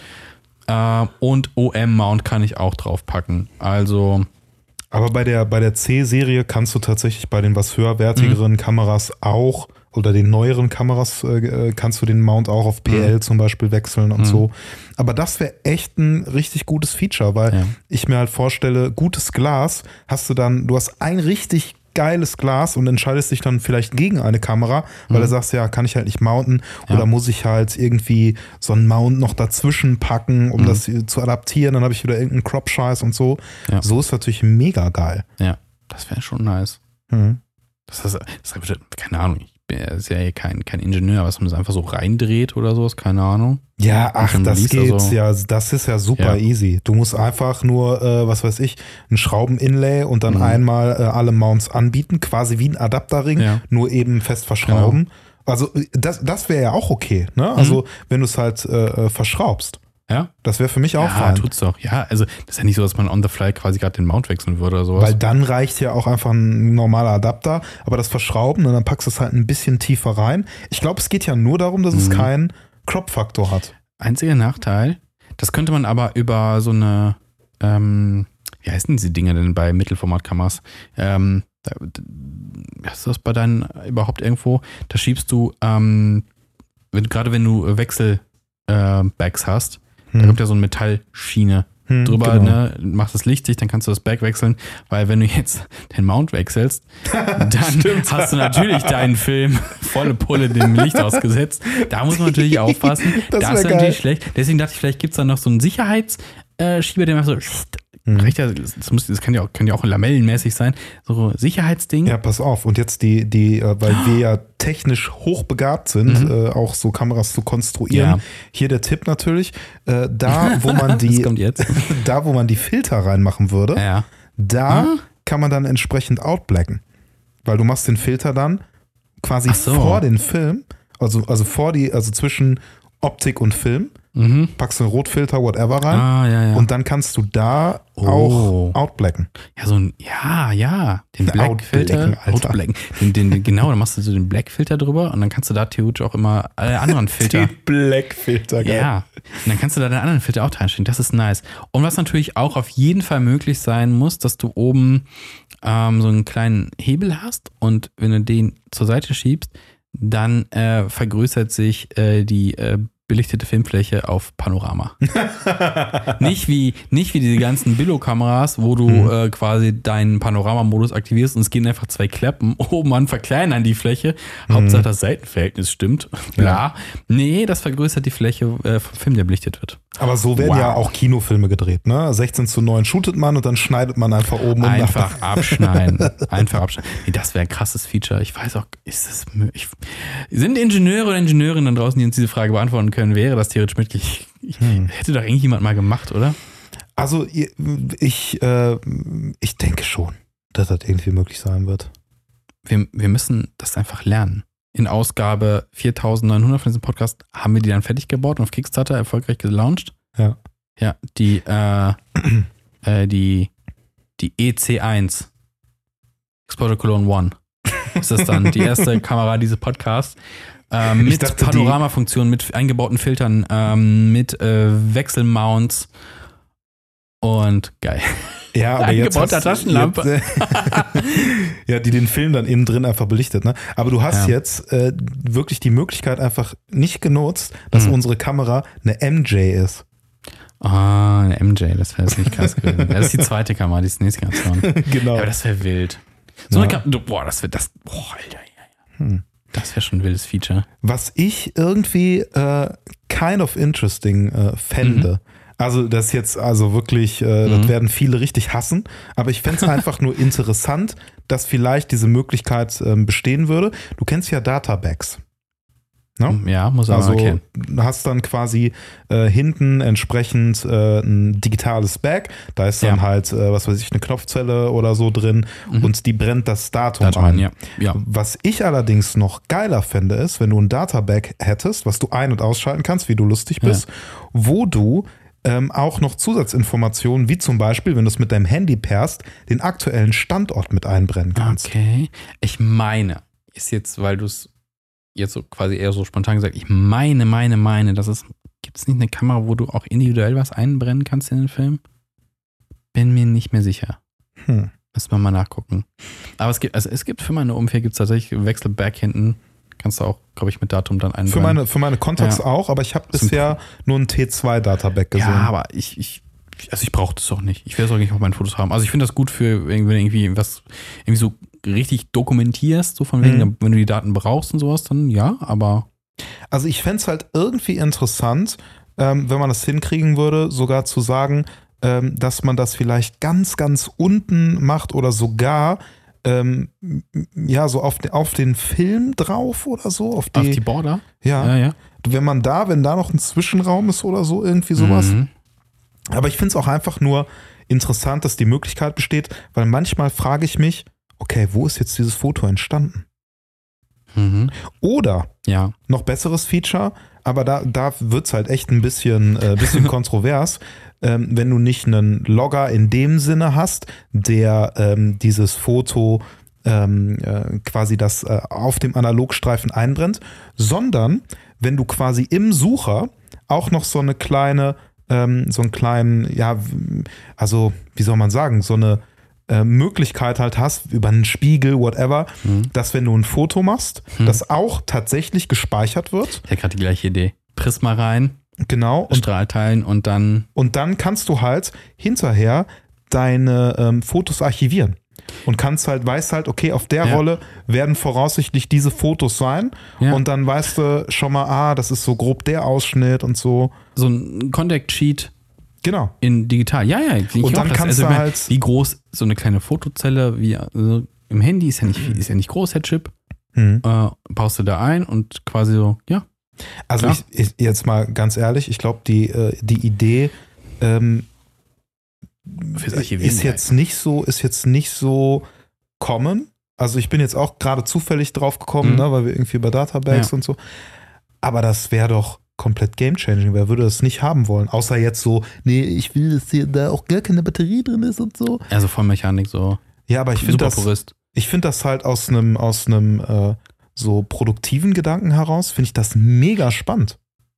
äh, und O M-Mount kann ich auch drauf packen. Also aber bei der, bei der C-Serie kannst du tatsächlich bei den was höherwertigeren mhm. Kameras auch oder den neueren Kameras äh, kannst du den Mount auch auf P L mhm. zum Beispiel wechseln und mhm. so. Aber das wäre echt ein richtig gutes Feature, weil ja. ich mir halt vorstelle, gutes Glas hast du dann, du hast ein richtig geiles Glas und entscheidest dich dann vielleicht gegen eine Kamera, weil mhm. du sagst, ja, kann ich halt nicht mounten ja. oder muss ich halt irgendwie so einen Mount noch dazwischen packen, um mhm. das zu adaptieren, dann habe ich wieder irgendeinen Crop-Scheiß und so. Ja. So ist natürlich mega geil. Ja, das wäre schon nice. Mhm. Das ist, das ist, keine Ahnung, ich bin ja kein, kein Ingenieur, aber dass man das einfach so reindreht oder sowas, keine Ahnung. Ja, ach, das geht also, ja, das ist ja super ja. easy. Du musst einfach nur, äh, was weiß ich, ein Schrauben-Inlay und dann mhm. einmal äh, alle Mounts anbieten, quasi wie ein Adapterring, ja. nur eben fest verschrauben. Genau. Also das, das wäre ja auch okay, ne? Mhm. Also wenn du es halt äh, verschraubst. Ja. Das wäre für mich auch ja, fein. Ja, tut's doch. Ja, also das ist ja nicht so, dass man on the fly quasi gerade den Mount wechseln würde oder sowas. Weil dann reicht ja auch einfach ein normaler Adapter, aber das Verschrauben und dann packst du es halt ein bisschen tiefer rein. Ich glaube, es geht ja nur darum, dass mhm. es keinen Crop-Faktor hat. Einziger Nachteil, das könnte man aber über so eine, ähm, wie heißen diese Dinge denn bei Mittelformatkameras? Ähm, da, hast du das bei deinen überhaupt irgendwo? Da schiebst du, ähm, wenn, gerade wenn du Wechsel-Bags äh, hast, hm. da kommt ja so eine Metallschiene hm, drüber, genau. ne, machst das Licht dicht, dann kannst du das Bag wechseln, weil wenn du jetzt den Mount wechselst, dann hast du natürlich deinen Film volle Pulle dem Licht ausgesetzt. Da muss man natürlich aufpassen. Das, das ist natürlich schlecht. Deswegen dachte ich, vielleicht gibt es da noch so einen Sicherheitsschieber, der macht so mhm. recht, das, muss, das kann ja, auch, kann ja auch lamellenmäßig sein, so Sicherheitsding. Ja, pass auf. Und jetzt die, die weil wir ja technisch hochbegabt sind, mhm. äh, auch so Kameras zu konstruieren. Ja. Hier der Tipp natürlich, äh, da wo man die kommt jetzt. da wo man die Filter reinmachen würde, ja. da mhm. kann man dann entsprechend outblacken. Weil du machst den Filter dann quasi so. vor den Film, also, also vor die, also zwischen Optik und Film, Mhm. packst einen Rotfilter, whatever rein Ah, ja, ja. und dann kannst du da Oh. auch outblacken. Ja, so ein, ja, ja, den Black-Filter, Outblacken, Alter. Outblacken, den, den, den, genau, dann machst du so den Black-Filter drüber und dann kannst du da theoretisch auch immer alle anderen Filter. Den Black-Filter, geil. Ja, und dann kannst du da den anderen Filter auch reinstellen, das ist nice. Und was natürlich auch auf jeden Fall möglich sein muss, dass du oben ähm, so einen kleinen Hebel hast und wenn du den zur Seite schiebst, dann äh, vergrößert sich äh, die äh, belichtete Filmfläche auf Panorama. nicht, wie, nicht wie diese ganzen Billo-Kameras, wo du Mhm. äh, quasi deinen Panoramamodus aktivierst und es gehen einfach zwei Klappen oben an, verkleinern die Fläche. Hauptsache das Seitenverhältnis stimmt. Bla. Nee, das vergrößert die Fläche äh, vom Film, der belichtet wird. Aber so werden Wow. ja auch Kinofilme gedreht, ne? sechzehn zu neun shootet man und dann schneidet man einfach oben und Einfach abschneiden. Einfach abschneiden. Nee, das wäre ein krasses Feature. Ich weiß auch, ist das möglich? Sind Ingenieure oder Ingenieurinnen da draußen, die uns diese Frage beantworten können, wäre das theoretisch möglich? Ich, Hm. hätte doch eigentlich jemand mal gemacht, oder? Also ich, äh, ich denke schon, dass das irgendwie möglich sein wird. Wir, wir müssen das einfach lernen. In Ausgabe viertausendneunhundert von diesem Podcast haben wir die dann fertig gebaut und auf Kickstarter erfolgreich gelauncht. Ja. Ja, die, äh, äh, die, die E C eins. Explorer Cologne One. Ist das dann die erste Kamera dieses Podcasts. Ähm, Ich mit dachte, die- Panoramafunktion, mit eingebauten Filtern, ähm, mit äh, Wechselmounts und geil. Ja, aber jetzt Eingebauter hast, Taschenlampe. Jetzt, ja, die den Film dann innen drin einfach belichtet. Ne? Aber du hast Ja. jetzt äh, wirklich die Möglichkeit einfach nicht genutzt, dass Hm. unsere Kamera eine M J ist. Ah, eine M J, das wäre jetzt nicht krass gewesen. Das ist die zweite Kamera, die ist die nächste Generation. Genau. Ja, aber das wäre wild. So Ja. eine Kamera, boah, das wäre das, boah, Alter, ja, ja. Hm. Das wäre schon ein wildes Feature. Was ich irgendwie äh, kind of interesting äh, fände. Also das jetzt also wirklich, äh, das Mhm. werden viele richtig hassen, aber ich fände es einfach nur interessant, dass vielleicht diese Möglichkeit ähm, bestehen würde. Du kennst ja Databags. Ne? Ja, muss er Also mal erkennen. du hast dann quasi äh, hinten entsprechend äh, ein digitales Bag, da ist dann Ja. halt, äh, was weiß ich, eine Knopfzelle oder so drin Mhm. und die brennt das Datum Datum an. an, ja. ja. Was ich allerdings noch geiler fände, ist, wenn du ein Databag hättest, was du ein- und ausschalten kannst, wie du lustig bist, wo du ähm, auch noch Zusatzinformationen, wie zum Beispiel, wenn du es mit deinem Handy pairst, den aktuellen Standort mit einbrennen kannst. Okay. Ich meine, ist jetzt, weil du es jetzt so quasi eher so spontan gesagt, ich meine, meine, meine, dass es, gibt es nicht eine Kamera, wo du auch individuell was einbrennen kannst in den Film? Bin mir nicht mehr sicher. Hm. Müssen wir mal nachgucken. Aber es gibt, also es gibt für meine Umfeld gibt es tatsächlich Wechselback hinten. Kannst du auch, glaube ich, mit Datum dann einbrennen. Für meine, für meine Contacts Ja. auch, aber ich habe Das ist ein bisher nur ein T zwei Databag gesehen. Ja, aber ich, ich, also ich brauche das doch nicht. Ich will es auch nicht auf meinen Fotos haben. Also ich finde das gut für, wenn du irgendwie was irgendwie so richtig dokumentierst, so von wegen, Mhm. wenn du die Daten brauchst und sowas, dann ja, aber Also ich fände es halt irgendwie interessant, ähm, wenn man das hinkriegen würde, sogar zu sagen, ähm, dass man das vielleicht ganz, ganz unten macht oder sogar ähm, ja, so auf, de, auf den Film drauf oder so. Auf die, auf die Border. ja, Ja, ja. wenn man da, wenn da noch ein Zwischenraum ist oder so, irgendwie sowas. Mhm. Aber ich finde es auch einfach nur interessant, dass die Möglichkeit besteht, weil manchmal frage ich mich, okay, wo ist jetzt dieses Foto entstanden? Mhm. Oder Ja. noch besseres Feature, aber da, da wird es halt echt ein bisschen, äh, bisschen kontrovers, ähm, wenn du nicht einen Logger in dem Sinne hast, der ähm, dieses Foto ähm, äh, quasi das äh, auf dem Analogstreifen einbrennt, sondern wenn du quasi im Sucher auch noch so eine kleine, ähm, so einen kleinen, ja, also wie soll man sagen, so eine äh, Möglichkeit halt hast, über einen Spiegel, whatever, Mhm. dass wenn du ein Foto machst, Hm. das auch tatsächlich gespeichert wird. Ich hatte gerade die gleiche Idee. Prisma rein, Genau. Und, Strahl teilen und dann. und dann kannst du halt hinterher deine ähm, Fotos archivieren. Und kannst halt, weißt halt, okay, auf der Ja. Rolle werden voraussichtlich diese Fotos sein. Ja. Und dann weißt du schon mal, ah, das ist so grob der Ausschnitt und so. So ein Contact Sheet Genau. in digital. Ja, ja. Ich Und dann das, kannst also, du ich mein, halt- wie groß so eine kleine Fotozelle wie also im Handy ist ja nicht, ist ja nicht groß, der Chip. Mhm. Äh, baust du da ein und quasi so, ja. Also Klar. ich, ich, jetzt mal ganz ehrlich, ich glaube, die, äh, die Idee ähm, Fürs Archivieren, ist jetzt nicht so, ist jetzt nicht so common. Also ich bin jetzt auch gerade zufällig drauf gekommen, Mhm. ne, weil wir irgendwie über Databags Ja. und so. Aber das wäre doch komplett game-changing. Wer würde das nicht haben wollen? Außer jetzt so, nee, ich will, dass hier da auch gar keine Batterie drin ist und so. Also Vollmechanik so. Ja, aber ich finde das, ich finde das halt aus einem, aus einem äh, so produktiven Gedanken heraus, finde ich das mega spannend.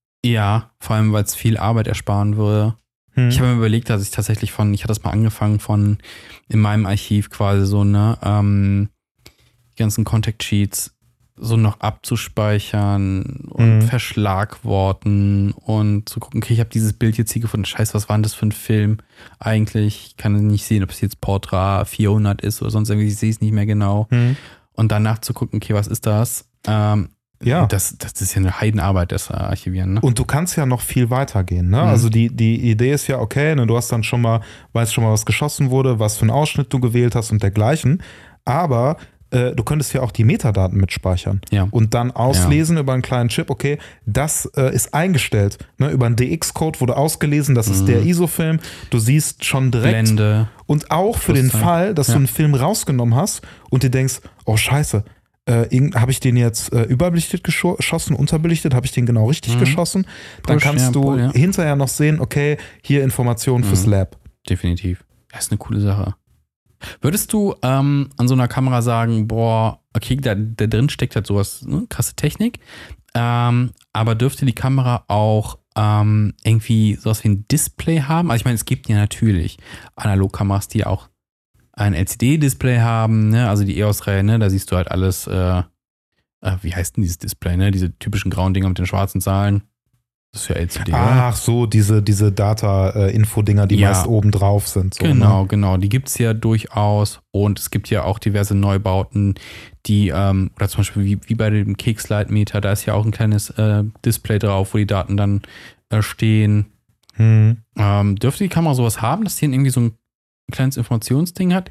Ja, vor allem, weil es viel Arbeit ersparen würde. Hm. Ich habe mir überlegt, dass ich tatsächlich von, ich hatte das mal angefangen von in meinem Archiv quasi so, ne, ähm, die ganzen Contact Sheets so noch abzuspeichern und mhm. Verschlagworten und zu gucken, okay, ich habe dieses Bild jetzt hier gefunden, scheiße, was war denn das für ein Film eigentlich? Ich kann nicht sehen, ob es jetzt Portra vierhundert ist oder sonst irgendwie, ich sehe es nicht mehr genau. Mhm. Und danach zu gucken, okay, was ist das? Ähm, ja. Das, das ist ja eine Heidenarbeit, das Archivieren. Ne? Und du kannst ja noch viel weitergehen. Ne? Mhm. Also die, die Idee ist ja, okay, ne, du hast dann schon mal, weißt schon mal, was geschossen wurde, was für einen Ausschnitt du gewählt hast und dergleichen. Aber du könntest ja auch die Metadaten mitspeichern ja. und dann auslesen ja. über einen kleinen Chip, okay, das äh, ist eingestellt. Ne, über einen D X-Code wurde ausgelesen, das mhm. ist der I S O-Film. Du siehst schon direkt. Blende. Und auch für den Fall, dass ja. du einen Film rausgenommen hast und dir denkst, oh scheiße, äh, habe ich den jetzt äh, überbelichtet geschossen, unterbelichtet, habe ich den genau richtig mhm. geschossen? Dann Push, kannst ja, du Pull, ja. hinterher noch sehen, okay, hier Informationen mhm. fürs Lab. Definitiv. Das ist eine coole Sache. Würdest du ähm, an so einer Kamera sagen, boah, okay, da, da drin steckt halt sowas, ne, krasse Technik, ähm, aber dürfte die Kamera auch ähm, irgendwie sowas wie ein Display haben? Also ich meine, es gibt ja natürlich Analogkameras, die auch ein L C D-Display haben, ne? Also die E O S-Reihe, ne? Da siehst du halt alles, äh, äh, wie heißt denn dieses Display, ne? Diese typischen grauen Dinger mit den schwarzen Zahlen. Das ist für L C D. Ach oder? So, diese, diese Data-Info-Dinger, die ja. meist oben drauf sind. So, genau, ne? genau. Die gibt es ja durchaus. Und es gibt ja auch diverse Neubauten, die, ähm, oder zum Beispiel wie, wie bei dem Keks-Leitmeter, da ist ja auch ein kleines äh, Display drauf, wo die Daten dann äh, stehen. Hm. Ähm, dürfte die Kamera sowas haben, dass die irgendwie so ein kleines Informationsding hat?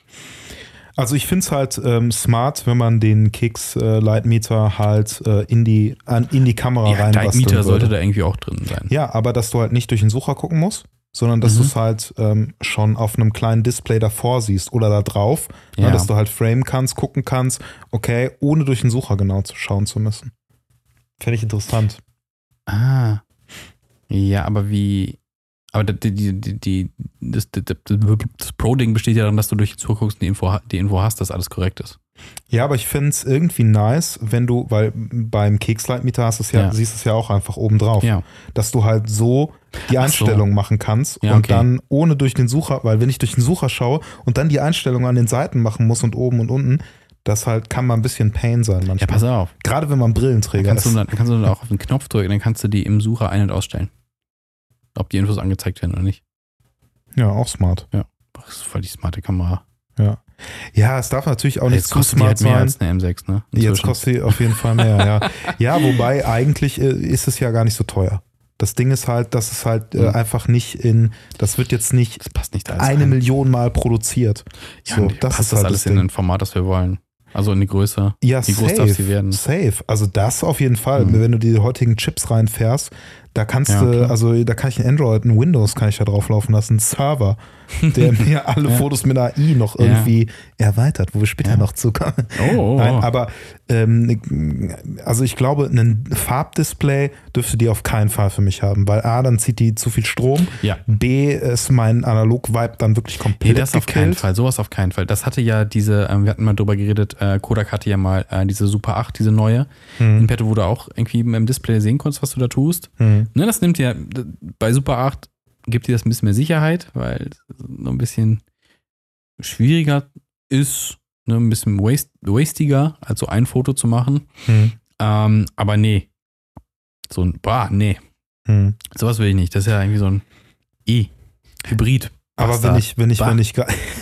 Also ich finde es halt ähm, smart, wenn man den Keks-Leitmeter halt äh, in, die, an, in die Kamera ja, reinbasteln würde. Leitmeter sollte da irgendwie auch drin sein. Ja, aber dass du halt nicht durch den Sucher gucken musst, sondern dass mhm. du es halt ähm, schon auf einem kleinen Display davor siehst oder da drauf, ja. Ja, dass du halt framen kannst, gucken kannst, okay, ohne durch den Sucher genau zu schauen zu müssen. Fände ich interessant. Ah. Ja, aber wie... Aber die, die, die, die, das, das, das Pro-Ding besteht ja darin, dass du durch die Suche guckst und die Info, die Info hast, dass alles korrekt ist. Ja, aber ich finde es irgendwie nice, wenn du, weil beim Keks-Leitmeter hast es ja, ja. siehst es ja auch einfach oben drauf, ja. dass du halt so die Einstellung so. machen kannst ja, und okay. dann ohne durch den Sucher, weil wenn ich durch den Sucher schaue und dann die Einstellung an den Seiten machen muss und oben und unten, das halt kann mal ein bisschen Pain sein manchmal. Ja, pass auf. Gerade wenn man Brillenträger dann kannst ist. Du dann, kannst du dann auch auf den Knopf drücken, dann kannst du die im Sucher ein- und ausstellen. Ob die Infos angezeigt werden oder nicht. Ja, auch smart. Ja, das ist voll die smarte Kamera. Ja. Ja, es darf natürlich auch nicht zu smart sein. Jetzt kostet die halt mehr als eine M sechs, ne? Inzwischen. Jetzt kostet sie auf jeden Fall mehr, ja. Ja, wobei eigentlich ist es ja gar nicht so teuer. Das Ding ist halt, dass es halt mhm. äh, einfach nicht in, das wird jetzt nicht, das passt nicht eine rein. Million Mal produziert. Ja, so, nee, das passt ist das halt alles das in ein Format, das wir wollen. Also in die Größe. Ja, Wie safe, groß darf sie werden? Safe. Also das auf jeden Fall. Mhm. Wenn du die heutigen Chips reinfährst, da kannst ja, du, also da kann ich ein Android, ein Windows kann ich da drauf laufen lassen, einen Server, der mir alle ja. Fotos mit A I noch irgendwie ja. erweitert, wo wir später ja. noch zu kommen. Oh, oh, Nein, aber ähm, also ich glaube, ein Farbdisplay dürfte die auf keinen Fall für mich haben, weil A, dann zieht die zu viel Strom, ja. B, ist mein Analog-Vibe dann wirklich komplett Nee, das gekillt. Auf keinen Fall, sowas auf keinen Fall. Das hatte ja diese, ähm, wir hatten mal drüber geredet, äh, Kodak hatte ja mal äh, diese Super acht, diese neue, mhm. in petto, wo du auch irgendwie im Display sehen konntest, was du da tust. Mhm. Ne, das nimmt ja, bei Super acht gibt dir das ein bisschen mehr Sicherheit, weil es noch ein bisschen schwieriger ist, ne, ein bisschen waste, wastiger, als so ein Foto zu machen. Hm. Ähm, aber nee. So ein, bah, nee. Hm. Sowas will ich nicht. Das ist ja irgendwie so ein E-Hybrid. Aber wenn ich, wenn ich, bah. wenn ich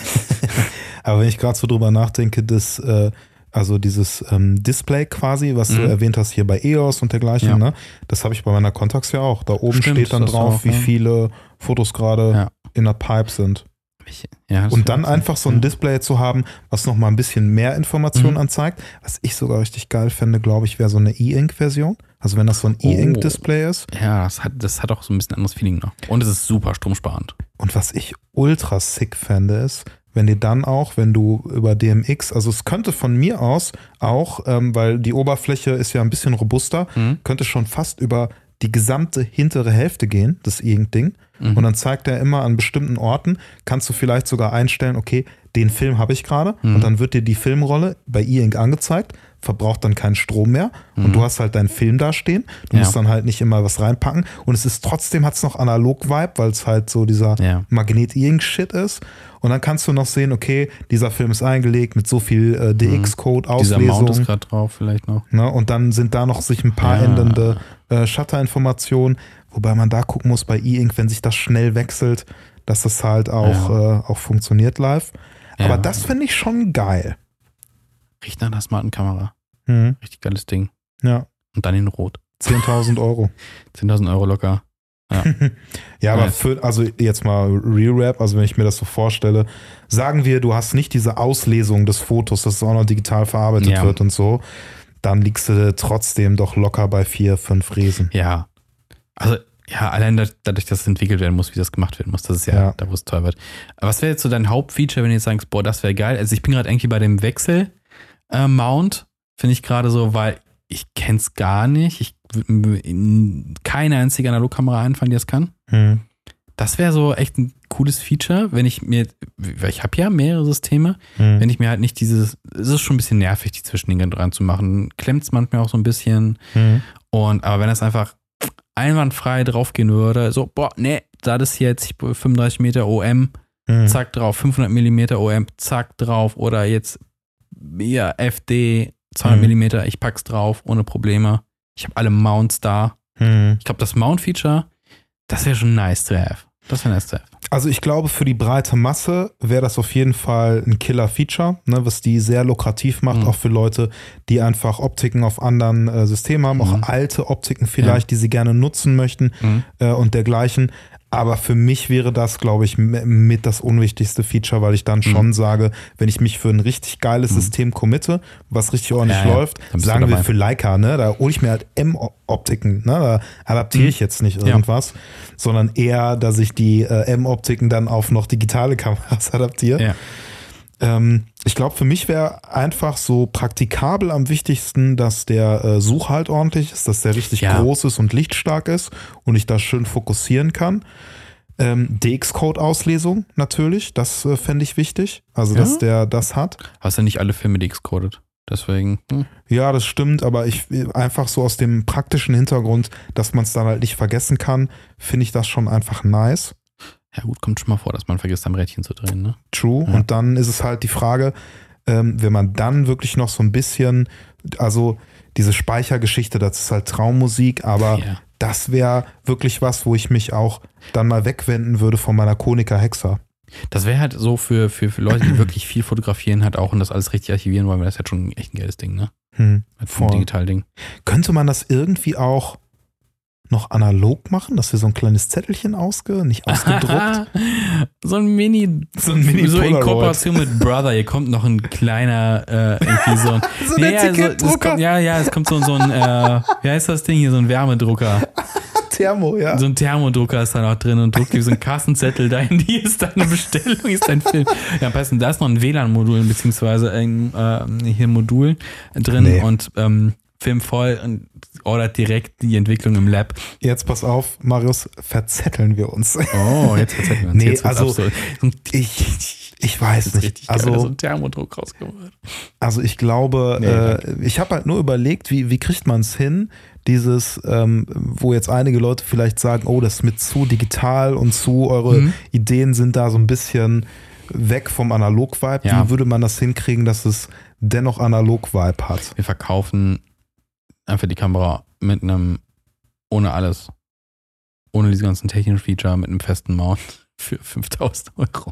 aber wenn ich gerade so drüber nachdenke, dass äh, also dieses ähm, Display quasi, was mhm. du erwähnt hast hier bei E O S und dergleichen, ja. ne? Das habe ich bei meiner Contax ja auch. Da oben Stimmt, steht dann drauf, auch, wie ja. viele Fotos gerade ja. in der Pipe sind. Ich, ja, und dann einfach so ein Display zu haben, was noch mal ein bisschen mehr Informationen mhm. anzeigt. Was ich sogar richtig geil fände, glaube ich, wäre so eine E-Ink-Version. Also wenn das so ein oh. E-Ink-Display ist. Ja, das hat, das hat auch so ein bisschen anderes Feeling noch. Und es ist super stromsparend. Und was ich ultra sick fände, ist, wenn dir dann auch, wenn du über D M X, also es könnte von mir aus auch, ähm, weil die Oberfläche ist ja ein bisschen robuster, mhm. könnte schon fast über die gesamte hintere Hälfte gehen, das E-Ink-Ding. Mhm. Und dann zeigt er immer an bestimmten Orten, kannst du vielleicht sogar einstellen, okay, den Film habe ich gerade. Mhm. Und dann wird dir die Filmrolle bei E-Ink angezeigt, verbraucht dann keinen Strom mehr. Mhm. Und du hast halt deinen Film da stehen. Du Ja. musst dann halt nicht immer was reinpacken. Und es ist trotzdem, hat es noch Analog-Vibe, weil es halt so dieser Ja. Magnet-E-Ink-Shit ist. Und dann kannst du noch sehen, okay, dieser Film ist eingelegt mit so viel äh, D X-Code, Dieser Mount Auslesung. ist gerade drauf, vielleicht noch. Ne? Und dann sind da noch sich ein paar Ja. ändernde äh, Shutter-Informationen, wobei man da gucken muss bei E-Ink, wenn sich das schnell wechselt, dass das halt auch, Ja. äh, auch funktioniert live. Ja. Aber das finde ich schon geil. Riecht nach einer smarten Kamera. Mhm. Richtig geiles Ding. Ja, Und dann in Rot. zehntausend Euro. zehntausend Euro locker. Ja, aber Nice. für, also jetzt mal Real Rap, also wenn ich mir das so vorstelle, sagen wir, du hast nicht diese Auslesung des Fotos, dass es auch noch digital verarbeitet Ja. wird und so, dann liegst du trotzdem doch locker bei vier, fünf Riesen. Ja. Also, ja, allein da- dadurch, dass es entwickelt werden muss, wie das gemacht werden muss, das ist ja, Ja. da, wo es teuer wird. Aber was wäre jetzt so dein Hauptfeature, wenn du jetzt sagst, boah, das wäre geil? Also, ich bin gerade irgendwie bei dem Wechsel-Mount, finde ich gerade so, weil ich kenne es gar nicht. Ich würde mir in keine einzige Analogkamera einfallen, die das kann. Hm. Das wäre so echt ein cooles Feature, wenn ich mir, weil ich habe ja mehrere Systeme, Hm. wenn ich mir halt nicht dieses, es ist schon ein bisschen nervig, die Zwischendinge dran zu machen. Klemmt es manchmal auch so ein bisschen. Hm. Und, aber wenn das einfach einwandfrei draufgehen würde, so, boah, nee, das ist jetzt fünfunddreißig Meter O M, Hm. zack drauf, fünfhundert Millimeter O M, zack drauf, oder jetzt, ja, F D, zweihundert Mhm. Millimeter, ich pack's drauf, ohne Probleme. Ich habe alle Mounts da. Hm. Ich glaube, das Mount-Feature, das wäre schon nice to have. Das wäre nice to have. Also ich glaube, für die breite Masse wäre das auf jeden Fall ein Killer-Feature, ne, was die sehr lukrativ macht, Mhm. auch für Leute, die einfach Optiken auf anderen äh, Systemen haben, auch Mhm. alte Optiken vielleicht, die sie gerne nutzen möchten Mhm. äh, und dergleichen. Aber für mich wäre das, glaube ich, m- mit das unwichtigste Feature, weil ich dann schon sage, wenn ich mich für ein richtig geiles Mhm. System committe, was richtig ordentlich Ja, ja, läuft, dann bist du sagen wir dabei. für Leica, ne, da hole ich mir halt M-Optiken, ne, da adaptiere Mhm. ich jetzt nicht Ja. irgendwas, sondern eher, dass ich die äh, M-Optiken dann auf noch digitale Kameras adaptiere. Ja. Ähm, ich glaube, für mich wäre einfach so praktikabel am wichtigsten, dass der äh, Suchhalt ordentlich ist, dass der richtig Ja. groß ist und lichtstark ist und ich da schön fokussieren kann. Ähm, D X-Code-Auslesung natürlich, das äh, fände ich wichtig. Also, Ja? dass der das hat. Hast ja nicht alle Filme de-coded. Deswegen, hm. Ja, das stimmt, aber ich einfach so aus dem praktischen Hintergrund, dass man es dann halt nicht vergessen kann, finde ich das schon einfach nice. ja gut, kommt schon mal vor, dass man vergisst, am Rädchen zu drehen, ne? True. Ja. Und dann ist es halt die Frage, ähm, wenn man dann wirklich noch so ein bisschen, also diese Speichergeschichte, das ist halt Traummusik, aber Ja. das wäre wirklich was, wo ich mich auch dann mal wegwenden würde von meiner Konica Hexa. Das wäre halt so für, für, für Leute, die wirklich viel fotografieren, halt auch und das alles richtig archivieren wollen, weil das ist halt schon echt ein geiles Ding, ne? Hm, Halt voll. ein Digital-Ding. Könnte man das irgendwie auch noch analog machen, dass wir so ein kleines Zettelchen ausge, nicht ausgedruckt? so ein Mini, So ein Mini so in Polaroid. Kooperation mit Brother, hier kommt noch ein kleiner, äh, irgendwie so ein, So ein ja, ja, so, es Etikettdrucker. kommt, ja, ja, es kommt so, so ein, äh, wie heißt das Ding hier, so ein Wärmedrucker. Thermo, ja. So ein Thermodrucker ist da noch drin und druckt dir so einen Kassenzettel dahin, die ist deine Bestellung, ist dein Film. Ja, am besten, da ist noch ein W L A N-Modul, beziehungsweise ein äh, hier ein Modul drin Nee. und ähm, Film voll und ordert direkt die Entwicklung im Lab. Jetzt pass auf, Marius, verzetteln wir uns. Oh, jetzt erzählen wir uns. Nee, jetzt wird's also absurd. So ein- Ich, ich weiß das ist nicht. richtig geil, Also, so ein Thermodruck rausgeholt. Also ich glaube, Nee, äh, ich habe halt nur überlegt, wie, wie kriegt man es hin, dieses, ähm, wo jetzt einige Leute vielleicht sagen, oh, das ist mit zu digital und zu, eure Mhm. Ideen sind da so ein bisschen weg vom Analog-Vibe. Ja. Wie würde man das hinkriegen, dass es dennoch Analog-Vibe hat? Wir verkaufen einfach die Kamera mit einem, ohne alles, ohne diese ganzen technischen Feature, mit einem festen Mount für fünftausend Euro.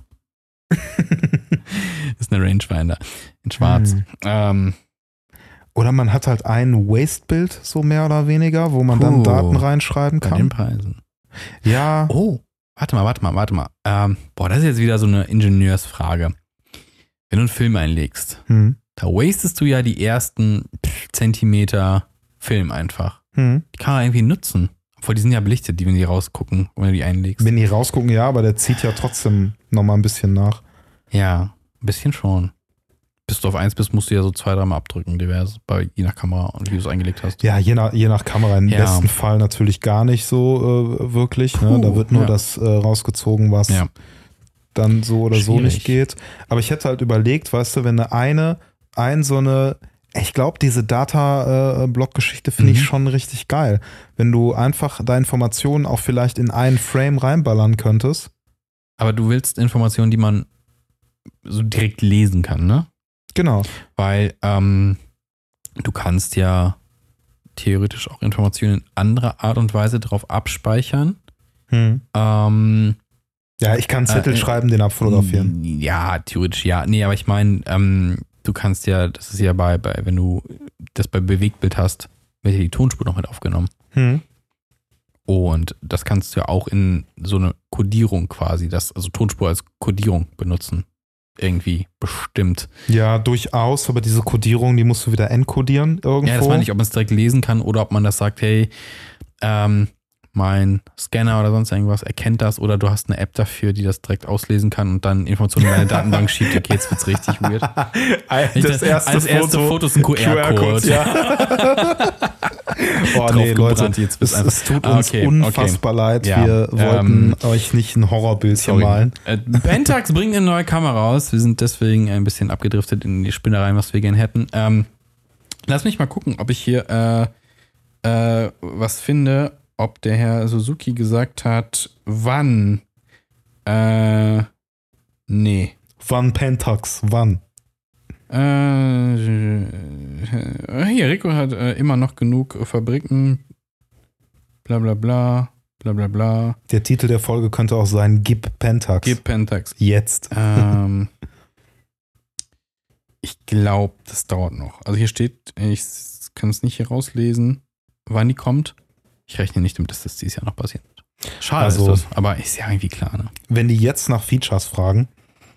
ist eine Rangefinder in schwarz. Hm. Ähm, Oder man hat halt ein Waste-Bild, so mehr oder weniger, wo man dann Puh. Daten reinschreiben bei den kann. Preisen. Ja, Oh, warte mal, warte mal, warte mal. Ähm, boah, das ist jetzt wieder so eine Ingenieursfrage. Wenn du einen Film einlegst, hm. da wastest du ja die ersten Zentimeter Film einfach. Hm. Die kann man irgendwie nutzen. Obwohl, die sind ja belichtet, die, wenn die rausgucken, wenn du die einlegst. Wenn die rausgucken, ja, aber der zieht ja trotzdem nochmal ein bisschen nach. Ja, ein bisschen schon. bis du auf eins bist, musst du ja so zwei, dreimal abdrücken, divers, bei, je nach Kamera und wie du es eingelegt hast. Ja, je nach, je nach Kamera. Im Ja. besten Fall natürlich gar nicht so äh, wirklich. Ne? Da wird nur ja. das äh, rausgezogen, was Ja. dann so oder so Schwierig. nicht geht. Aber ich hätte halt überlegt, weißt du, wenn eine, eine ein so eine, ich glaube, diese Data-Block-Geschichte finde Mhm. ich schon richtig geil. Wenn du einfach deine Informationen auch vielleicht in einen Frame reinballern könntest. Aber du willst Informationen, die man so direkt lesen kann, ne? Genau. Weil ähm, du kannst ja theoretisch auch Informationen in anderer Art und Weise drauf abspeichern. Hm. Ähm, Ja, ich kann Zettel Äh, schreiben, den abfotografieren. Ja, theoretisch ja. Nee, aber ich meine, ähm, du kannst ja, das ist ja bei, bei, wenn du das bei Bewegtbild hast, wird ja die Tonspur noch mit aufgenommen. Hm. Und das kannst du ja auch in so eine Kodierung quasi, das, also Tonspur als Kodierung benutzen. Irgendwie bestimmt. Ja, durchaus, aber diese Kodierung, die musst du wieder encodieren irgendwo. Ja, das meine ich, ob man es direkt lesen kann oder ob man das sagt, hey, ähm, mein Scanner oder sonst irgendwas erkennt das oder du hast eine App dafür, die das direkt auslesen kann und dann Informationen in deine Datenbank schiebt. Okay, jetzt wird's richtig weird. Das erste, Als erste Foto, Foto ist ein Q R-Code. Ja. Oh nee, Leute, Draufgebrannt, jetzt wird's es, einfach- es tut Ah, uns okay, unfassbar leid. Ja, Wir wollten ähm, euch nicht ein Horrorbildchen Sorry. malen. Äh, Pentax bringt eine neue Kamera raus. Wir sind deswegen ein bisschen abgedriftet in die Spinnereien, was wir gerne hätten. Ähm, lass mich mal gucken, ob ich hier äh, äh, was finde, ob der Herr Suzuki gesagt hat, wann. Äh, nee. Wann Pentax? Wann? Äh, hier, Rico hat äh, immer noch genug Fabriken. Bla bla bla. Bla bla bla. Der Titel der Folge könnte auch sein Gib Pentax. Gib Pentax. Jetzt. Ähm, ich glaube, das dauert noch. Also hier steht, ich kann es nicht hier rauslesen, wann die kommt. Ich rechne nicht damit, dass das dieses Jahr noch passiert wird. Schade Also- ist das, aber ist ja irgendwie klar, ne? Wenn die jetzt nach Features fragen,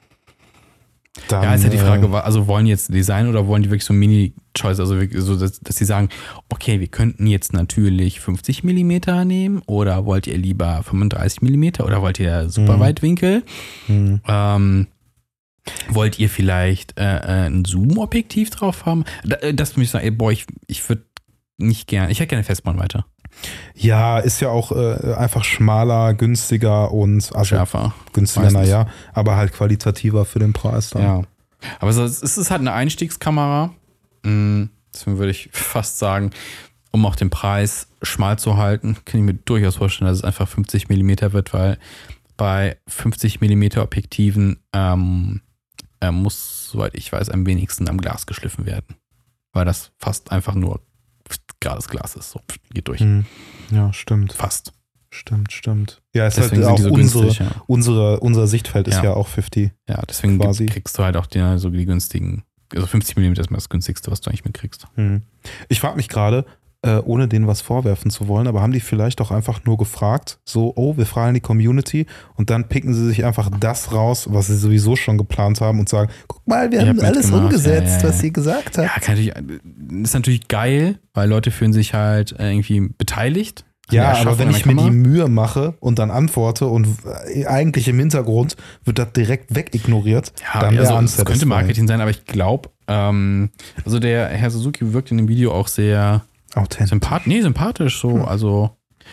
dann. Ja, ist ja die Frage, äh, wa- also wollen die jetzt Design oder wollen die wirklich so Mini-Choice, also wirklich so, dass, dass sie sagen, okay, wir könnten jetzt natürlich fünfzig Millimeter nehmen oder wollt ihr lieber fünfunddreißig Millimeter oder wollt ihr Superweitwinkel? hm. Ähm, wollt ihr vielleicht äh, äh, ein Zoom-Objektiv drauf haben? Da, äh, das muss ich sagen, ey, boah, ich, ich würde nicht gern, ich hätte gerne Festbrennweite. Ja, ist ja auch äh, einfach schmaler, günstiger und also Schärfer. günstiger, meistens. naja, aber halt qualitativer für den Preis dann. Ja. Aber so, es ist halt eine Einstiegskamera. Mm, Deswegen würde ich fast sagen, um auch den Preis schmal zu halten, kann ich mir durchaus vorstellen, dass es einfach fünfzig Millimeter wird, weil bei fünfzig Millimeter Objektiven ähm, äh, muss, soweit ich weiß, am wenigsten am Glas geschliffen werden. Weil das fast einfach nur gerades Glas ist. So, geht durch. Hm. Ja, stimmt. Fast. Stimmt, stimmt. Ja, ist Deswegen halt sind auch die so unsere, günstig. Ja, unsere, unser Sichtfeld ist Ja. ja auch fünfzig. ja deswegen Quasi. kriegst du halt auch die, so die günstigen, also fünfzig Millimeter ist mal das günstigste, was du eigentlich mitkriegst. Hm. Ich frage mich gerade, äh, ohne denen was vorwerfen zu wollen, aber haben die vielleicht auch einfach nur gefragt, so, oh, wir fragen die Community und dann picken sie sich einfach das raus, was sie sowieso schon geplant haben und sagen, guck mal, wir Ihr haben habt alles mitgemacht. umgesetzt, Ja, ja, ja. was ihr gesagt habt. Ja, kann natürlich, ist natürlich geil, weil Leute fühlen sich halt äh, irgendwie beteiligt. an Ja, der aber Erschaffung wenn einer ich mir die Kamera. Mühe mache und dann antworte und äh, eigentlich im Hintergrund wird das direkt wegignoriert, Ja, dann also wäre es könnte Marketing sein, aber ich glaube, ähm, also der Herr Suzuki wirkt in dem Video auch sehr authentisch. sympathisch, nee, sympathisch so, Hm. also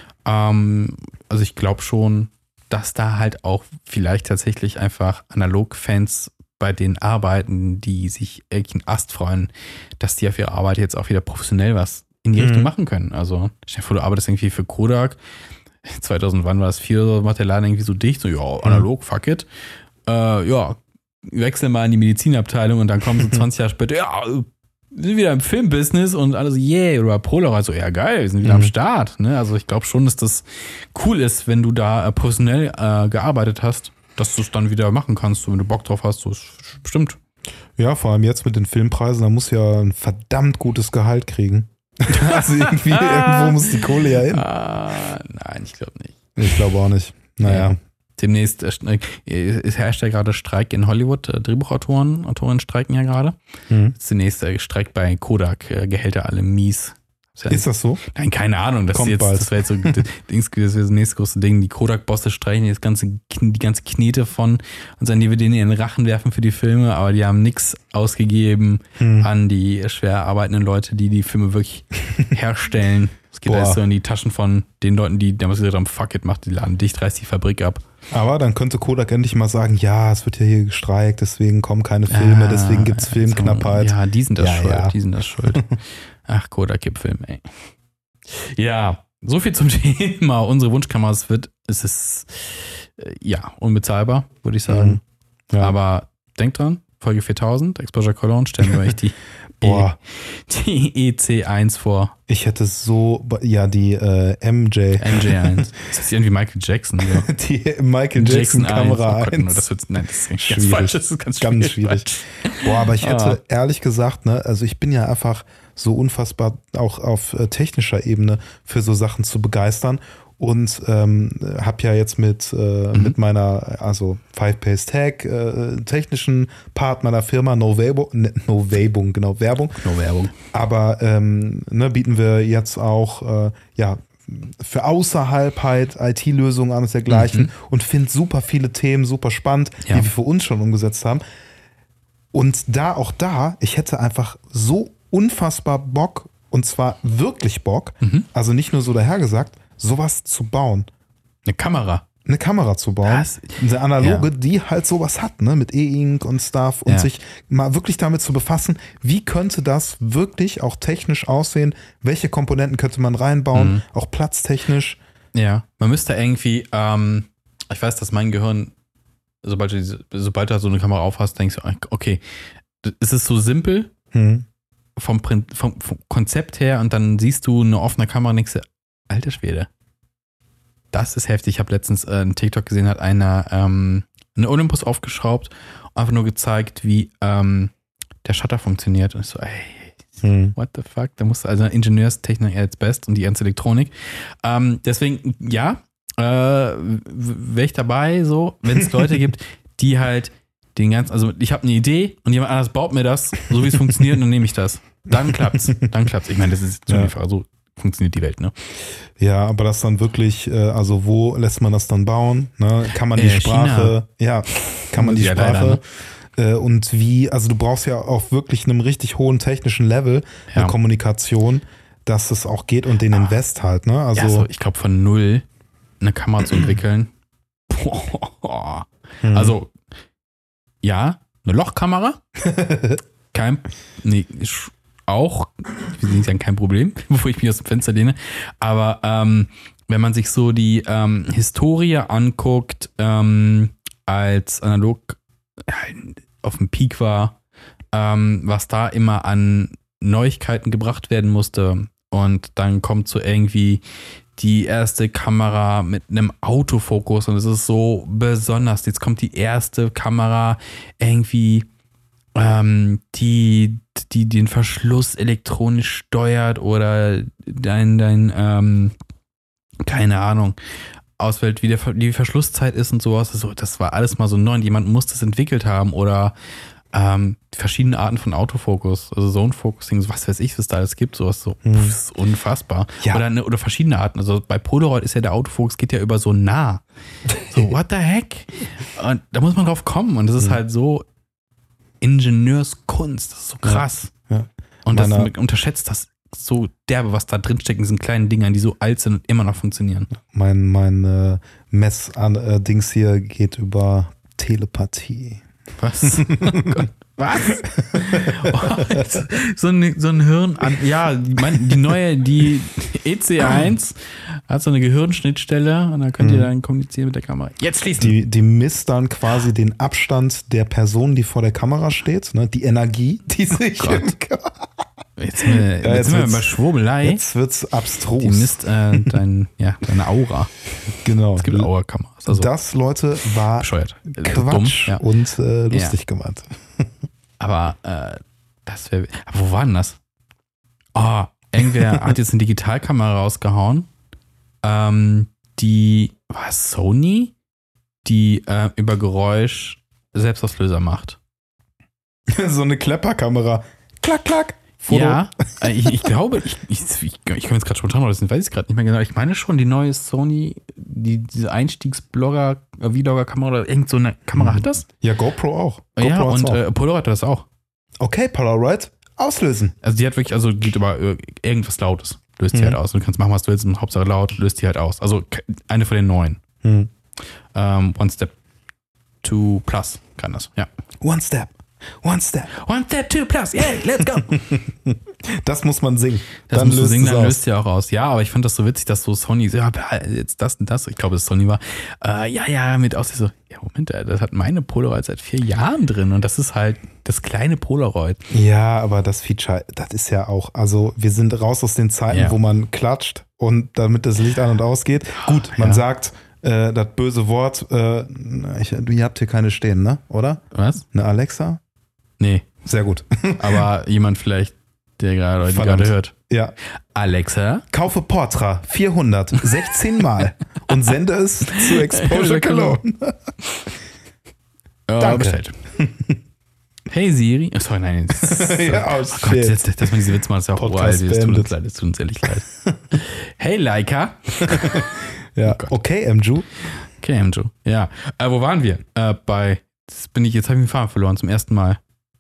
ähm, also ich glaube schon, dass da halt auch vielleicht tatsächlich einfach Analog-Fans bei denen arbeiten, die sich echt einen Ast freuen, dass die auf ihre Arbeit jetzt auch wieder professionell was in die Mhm. Richtung machen können. Also stell dir vor, du arbeitest irgendwie für Kodak, zweitausend, wann war das, vier oder so, macht der Laden irgendwie so dicht, so ja, analog, fuck it. Äh, ja, wechsel mal in die Medizinabteilung und dann kommen so zwanzig Jahre später, ja, wir sind wieder im Filmbusiness und alles, yeah, oder Polaroid, so, ja geil, wir sind wieder Mhm. am Start. Ne? Also ich glaube schon, dass das cool ist, wenn du da äh, professionell äh, gearbeitet hast, dass du es dann wieder machen kannst, so, wenn du Bock drauf hast, so ist bestimmt. Ja, vor allem jetzt mit den Filmpreisen, da muss ja ein verdammt gutes Gehalt kriegen. Also irgendwie, irgendwo muss die Kohle ja hin. Ah, nein, ich glaube nicht. Ich glaube auch nicht. Naja. Ja. Demnächst äh, es herrscht ja gerade Streik in Hollywood. Äh, Drehbuchautoren, Autorinnen streiken ja gerade. Mhm. Zunächst äh, streikt bei Kodak, äh, Gehälter alle mies. Ja ist das so? Nein, keine Ahnung. Das, Kommt jetzt, bald. das wäre jetzt so Dings, das, das nächste große Ding. Die Kodak-Bosse streichen jetzt ganze, die ganze Knete von und sagen, die wir denen in den Rachen werfen für die Filme, aber die haben nichts ausgegeben Hm. an die schwer arbeitenden Leute, die die Filme wirklich herstellen. Es geht Boah. alles so in die Taschen von den Leuten, die damals gesagt haben, fuck it, macht die Laden dicht, reißt die Fabrik ab. Aber dann könnte Kodak endlich mal sagen, ja, es wird ja hier gestreikt, deswegen kommen keine Filme, Ah, deswegen gibt es Filmknappheit. So, ja, die sind das Ja, schuld, ja. die sind das schuld. Ach, Kodak gibt Film, ey. Ja, so viel zum Thema. Unsere Wunschkamera, es wird, es ist, äh, ja, unbezahlbar, würde ich sagen. Mhm. Ja. Aber denkt dran, Folge viertausend, Exposure Cologne, stellen wir euch die, Boah, die E C eins vor. ich hätte so, ja, die äh, M J, M J eins. Das ist irgendwie Michael Jackson. Ja. die Michael Jackson Kamera eins. Oh Gott, eins. das wird, nein, das ist ganz Schwierig. falsch. Das ist ganz, Ganz schwierig. schwierig. Boah, aber ich hätte Ah. ehrlich gesagt, ne, also ich bin ja einfach so unfassbar auch auf äh, technischer Ebene für so Sachen zu begeistern und ähm, habe ja jetzt mit, äh, Mhm. mit meiner, also Five Pace Tech, äh, technischen Part meiner Firma No Werbung, ne, No Werbung, genau, Werbung, No Werbung. aber ähm, ne, bieten wir jetzt auch, äh, ja, für außerhalb halt I T-Lösungen an und dergleichen Mhm. und finde super viele Themen super spannend, Ja. die wir für uns schon umgesetzt haben. Und da, auch da, ich hätte einfach so unfassbar Bock, und zwar wirklich Bock, Mhm. also nicht nur so dahergesagt, sowas zu bauen. Eine Kamera. Eine Kamera zu bauen. Das- Eine analoge, ja. die halt sowas hat, ne, mit E-Ink und Stuff und Ja. sich mal wirklich damit zu befassen, wie könnte das wirklich auch technisch aussehen, welche Komponenten könnte man reinbauen, Mhm. auch platztechnisch. Ja, man müsste irgendwie, ähm, ich weiß, dass mein Gehirn, sobald du, diese- sobald du so eine Kamera aufhast, denkst du, okay, es ist so simpel Hm. vom, Prin- vom, vom Konzept her und dann siehst du eine offene Kamera und denkst dir, alter Schwede, das ist heftig. Ich habe letztens äh, einen TikTok gesehen, hat einer ähm, eine Olympus aufgeschraubt und einfach nur gezeigt, wie ähm, der Shutter funktioniert und ich so, ey, Hm. what the fuck? Da musst du also Ingenieurstechnik als best und die ganze Elektronik. Ähm, deswegen, ja, äh, wäre ich dabei, so, wenn es Leute gibt, die halt den ganzen, also ich habe eine Idee und jemand anders baut mir das, so wie es funktioniert, und dann nehme ich das. Dann klappt's. Dann klappt's. Ich meine, das ist so Ja. einfach, so funktioniert die Welt, ne? Ja, aber das dann wirklich, äh, also wo lässt man das dann bauen? Ne? Kann man die Äh, Sprache, ja, kann man die Ja, Sprache leider, ne? äh, und wie, also du brauchst ja auf wirklich einem richtig hohen technischen Level Ja. eine Kommunikation, dass es auch geht und den Invest halt, ne? Also, ja, so, ich glaube, von null eine Kamera zu entwickeln. Boah. hm. Also, ja, eine Lochkamera. Kein, nee, sch- auch, ich will nicht sagen, kein Problem, bevor ich mich aus dem Fenster lehne. Aber ähm, wenn man sich so die ähm, Historie anguckt, ähm, als analog ja, auf dem Peak war, ähm, was da immer an Neuigkeiten gebracht werden musste. Und dann kommt so irgendwie die erste Kamera mit einem Autofokus und es ist so besonders. Jetzt kommt die erste Kamera irgendwie, ähm, die, die den Verschluss elektronisch steuert oder dein, dein ähm, keine Ahnung, auswählt, wie der, die Verschlusszeit ist und sowas. Also, das war alles mal so neu und jemand muss das entwickelt haben oder ähm, verschiedene Arten von Autofokus, also Zone Focusing, so was weiß ich, was es da alles gibt, sowas so, Hm. pff, ist unfassbar. Ja. Oder, ne, oder verschiedene Arten. Also bei Polaroid ist ja der Autofokus, geht ja über so nah. So, what the heck? Und da muss man drauf kommen und das ist Hm. halt so Ingenieurskunst, das ist so krass. Ja. Und das Meiner- unterschätzt das so derbe, was da drin steckt in diesen kleinen Dingern, die so alt sind und immer noch funktionieren. mein, mein äh, Mess-Dings hier geht über Telepathie. Was? Oh Gott. Was? Oh, jetzt so, ein, so ein Hirn an. Ja, die, mein, die neue, die E C eins hat so eine Gehirnschnittstelle und da könnt ihr Mhm. dann kommunizieren mit der Kamera. Jetzt schließen. Die, die misst dann quasi den Abstand der Person, die vor der Kamera steht, ne? Die Energie, die sich Gott. im Jetzt sind wir, Ja, jetzt jetzt sind wir wird's- bei Schwurbelei. Jetzt wird's abstrus. Die misst äh, dein, ja, deine Aura. genau. Es gibt Aura-Kameras. Also Das, Leute, war bescheuert. Äh, Quatsch Dumm, ja. und äh, lustig gemeint. Aber äh, das wäre. Aber wo war denn das? Oh, irgendwer hat jetzt eine Digitalkamera rausgehauen. Ähm, die war es Sony, die äh, über Geräusch Selbstauslöser macht. So eine Klepperkamera. Klack, klack. Foto? Ja, äh, ich, ich glaube, ich, ich, ich, ich kann jetzt gerade spontan das weiß ich gerade nicht mehr genau. Ich meine schon, die neue Sony, die, diese Einstiegsblogger, äh, Vlogger-Kamera oder irgend so eine Kamera Mhm. hat das. Ja, GoPro auch. GoPro Ja, hat's und auch. äh, Polaroid hat das auch. Okay, Polaroid, auslösen. Also die hat wirklich, also geht über äh, irgendwas Lautes, löst die Mhm. halt aus. Du kannst machen, was du willst, und Hauptsache laut, löst die halt aus. Also ke- eine von den neuen. Hm. Ähm, One Step Two Plus kann das, ja. One Step, One Step. One Step Two Plus, yeah, let's go. Das muss man singen. Das Dann musst du löst singen, es dann aus. löst ja auch aus. Ja, aber ich fand das so witzig, dass so Sony, so, ja, jetzt das und das, ich glaube, es Sony war, äh, ja, ja, mit aus, so, ja, Moment, das hat meine Polaroid seit vier Jahren drin und das ist halt das kleine Polaroid. Ja, aber das Feature, das ist ja auch, also wir sind raus aus den Zeiten, Ja. wo man klatscht und damit das Licht an und ausgeht. Gut, man Ja. sagt äh, das böse Wort, äh, ich, ihr habt hier keine stehen, ne? Oder? Was? Eine Alexa? Nee, Sehr gut. aber jemand vielleicht, der gerade, die Verdammt. gerade hört. Ja. Alexa? Kaufe Portra vierhundert, sechzehn Mal und sende es zu Exposure Cologne. Äh, Danke. Bestellt. Hey Siri. Oh, sorry, nein. Das, Ja, oh, oh Gott, shit. dass, dass man diese Witze macht, ist ja auch Podcast uralt. Es tut uns beendet. leid, es tut uns ehrlich leid. Hey Leica. Ja. Gott. Okay, Mju. Okay, Andrew. Ja. Äh, wo waren wir? Äh, bei, das bin ich, jetzt habe ich den Faden verloren zum ersten Mal.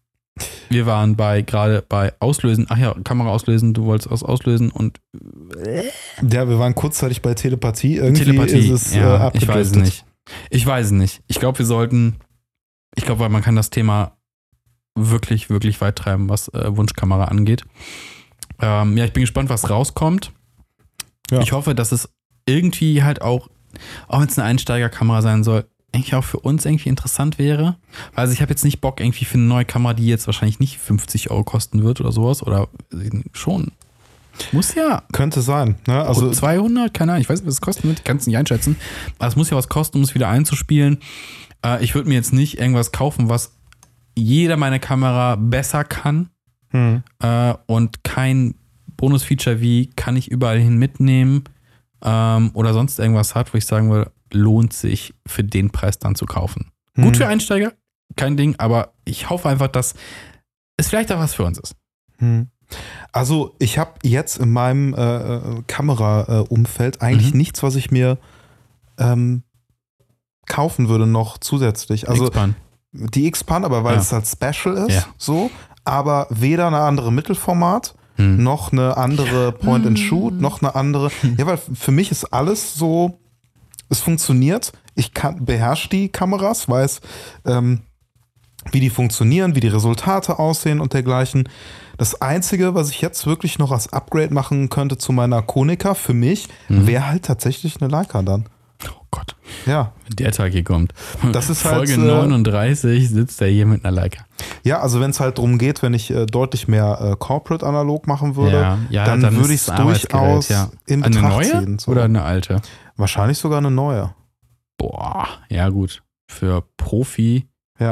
Wir waren bei, gerade bei Auslösen. Ach ja, Kamera auslösen, du wolltest was auslösen und Ja, wir waren kurzzeitig bei Telepathie. Irgendwie Telepathie. ist es ja, äh, ich weiß es abgedriftet. nicht. Ich weiß es nicht. Ich glaube, wir sollten, ich glaube, weil man kann das Thema wirklich, wirklich weit treiben, was äh, Wunschkamera angeht. Ähm, ja, ich bin gespannt, was rauskommt. Ja. Ich hoffe, dass es irgendwie halt auch, auch wenn es eine Einsteigerkamera sein soll, eigentlich auch für uns irgendwie interessant wäre. Also ich habe jetzt nicht Bock irgendwie für eine neue Kamera, die jetzt wahrscheinlich nicht fünfzig Euro kosten wird oder sowas. Oder schon. Muss ja. Könnte sein. Ne? Also Also zweihundert, keine Ahnung, ich weiß nicht, was es kosten wird, ich kann es nicht einschätzen. Aber es muss ja was kosten, um es wieder einzuspielen. Äh, ich würde mir jetzt nicht irgendwas kaufen, was jeder meiner Kamera besser kann hm. äh, und kein Bonusfeature wie kann ich überall hin mitnehmen ähm, oder sonst irgendwas hat, wo ich sagen würde, lohnt sich für den Preis dann zu kaufen. Hm. Gut für Einsteiger, kein Ding, aber ich hoffe einfach, dass es vielleicht auch was für uns ist. Hm. Also ich habe jetzt in meinem äh, Kamera-Umfeld eigentlich Mhm. nichts, was ich mir ähm, kaufen würde noch zusätzlich. Also X-Pan. die X-Pan, aber weil Ja. es halt Special ist, Ja. so, aber weder eine andere Mittelformat, Hm. noch eine andere Point-and-Shoot, noch eine andere. Ja, weil für mich ist alles so, es funktioniert. Ich kann beherrsche die Kameras, weiß, ähm, wie die funktionieren, wie die Resultate aussehen und dergleichen. Das Einzige, was ich jetzt wirklich noch als Upgrade machen könnte zu meiner Konica für mich, Mhm. wäre halt tatsächlich eine Leica dann. Oh Gott, Ja, wenn der Tag hier kommt. Das ist halt, Folge äh, neununddreißig sitzt er hier mit einer Leica. ja, also wenn es halt darum geht, wenn ich äh, deutlich mehr äh, Corporate analog machen würde, Ja, ja, dann, dann würde ist ich es es ein Arbeitsgerät, durchaus ja. in Eine Betracht neue ziehen. So. oder eine alte? Wahrscheinlich sogar eine neue. Boah, ja gut. Für Profi-Bereich,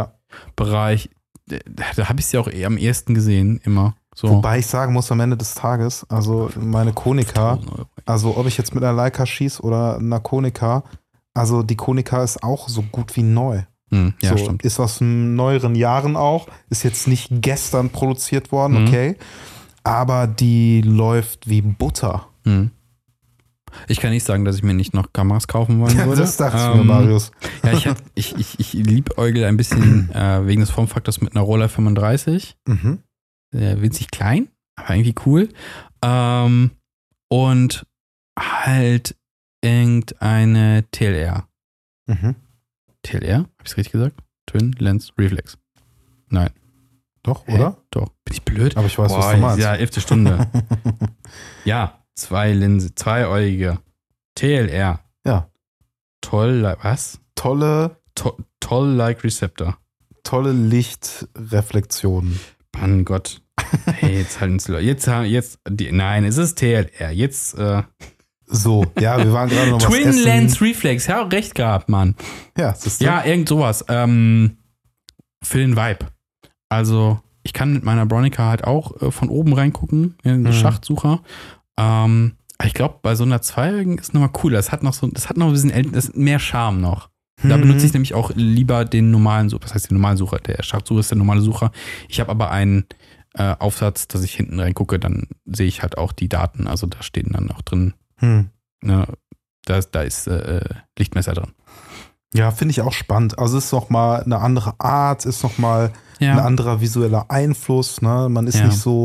Ja. da, da habe ich es ja auch eher am ehesten gesehen, immer. So. Wobei ich sagen muss, am Ende des Tages, also meine Konica, also ob ich jetzt mit einer Leica schieße oder einer Konica, also die Konica ist auch so gut wie neu. Hm, ja, so, stimmt. ist aus neueren Jahren auch, ist jetzt nicht gestern produziert worden, Mhm. okay, aber die läuft wie Butter. Hm. Ich kann nicht sagen, dass ich mir nicht noch Kameras kaufen wollen würde. Das dachte ich Ähm, mir, Marius. Ja, ich, hab- ich, ich, ich liebäugel ein bisschen äh, wegen des Formfaktors mit einer Roller fünfunddreißig. Mhm. Äh, winzig klein, aber irgendwie cool. Ähm, und halt irgendeine T L R. Mhm. T L R? Hab ich's richtig gesagt? Twin Lens Reflex. Nein. Doch, Hä? oder? Doch. Bin ich blöd? Aber ich weiß, was Boah, du meinst. Ja, elfte Stunde. Ja, zwei Linse, zweieugige. T L R. Ja. Toll, was? Tolle, To toll like Receptor. tolle Lichtreflexionen. Mann Gott. Hey, jetzt halten Sie jetzt, jetzt, die, nein, es ist T L R. Jetzt, äh, So, ja, wir waren gerade noch was Twin essen. Lens Reflex. Ja, recht gehabt, Mann. Ja, siehst du? Ja, irgend sowas. Ähm, für den Vibe. Also, ich kann mit meiner Bronica halt auch äh, von oben reingucken in den Mhm. Schachtsucher. Ähm, aber ich glaube, bei so einer Zweijährigen ist nochmal cooler. Das hat noch so, das hat noch ein bisschen äl- das mehr Charme noch. Da Mhm. benutze ich nämlich auch lieber den normalen Sucher. Was heißt den normalen Sucher? Der Schachtsucher ist der normale Sucher. Ich habe aber einen äh, Aufsatz, dass ich hinten reingucke, dann sehe ich halt auch die Daten. Also da stehen dann auch drin, Hm. ne, da, da ist äh, Lichtmesser drin. Ja, finde ich auch spannend. Also es ist nochmal eine andere Art, ist nochmal Ja. ein anderer visueller Einfluss. Ne? Man ist Ja. nicht so,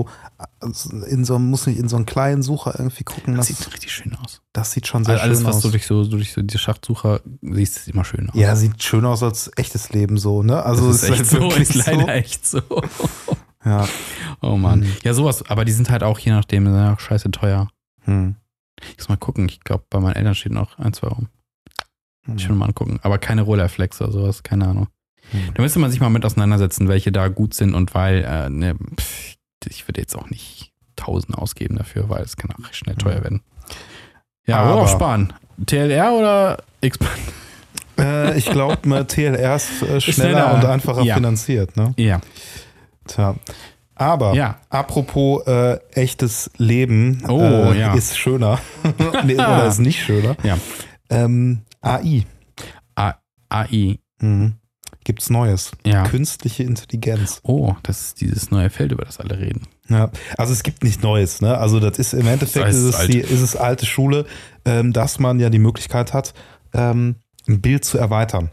in so, muss nicht in so einen kleinen Sucher irgendwie gucken. Das Das, sieht richtig schön aus. das sieht schon sehr Alles, schön was aus. du durch so, durch so diese Schachtsucher siehst, sieht immer schön aus. Ja, sieht schön aus als echtes Leben so. Ne? Also das ist es echt halt so, wirklich ist leider so. echt so. Ja. Oh Mann. Hm. Ja, sowas, aber die sind halt auch je nachdem ja, scheiße teuer. Hm. Ich muss mal gucken, ich glaube, bei meinen Eltern steht noch ein, zwei rum. Hm. Ich will mal angucken. Aber keine Rolleiflex oder sowas, keine Ahnung. Hm. Da müsste man sich mal mit auseinandersetzen, welche da gut sind und weil, äh, ne, pff, ich würde jetzt auch nicht tausend ausgeben dafür, weil es kann auch schnell teuer werden. Ja, aber Aber- auch sparen. T L R oder X-Band? Äh, ich glaube, T L R ist äh, schneller, Schneller. und einfacher Ja. finanziert. Ne? Ja. Tja. Aber Ja. apropos äh, echtes Leben Oh, äh, ja. ist schöner nee, oder ist nicht schöner. Ja. Ähm, A I. A I. Mhm. Gibt's Neues. Ja. Künstliche Intelligenz. Oh, das ist dieses neue Feld, über das alle reden. Ja. Also es gibt nicht Neues. Ne? Also das ist im Endeffekt Das ist ist es, alt. die, ist es alte Schule, ähm, dass man ja die Möglichkeit hat, ähm, ein Bild zu erweitern.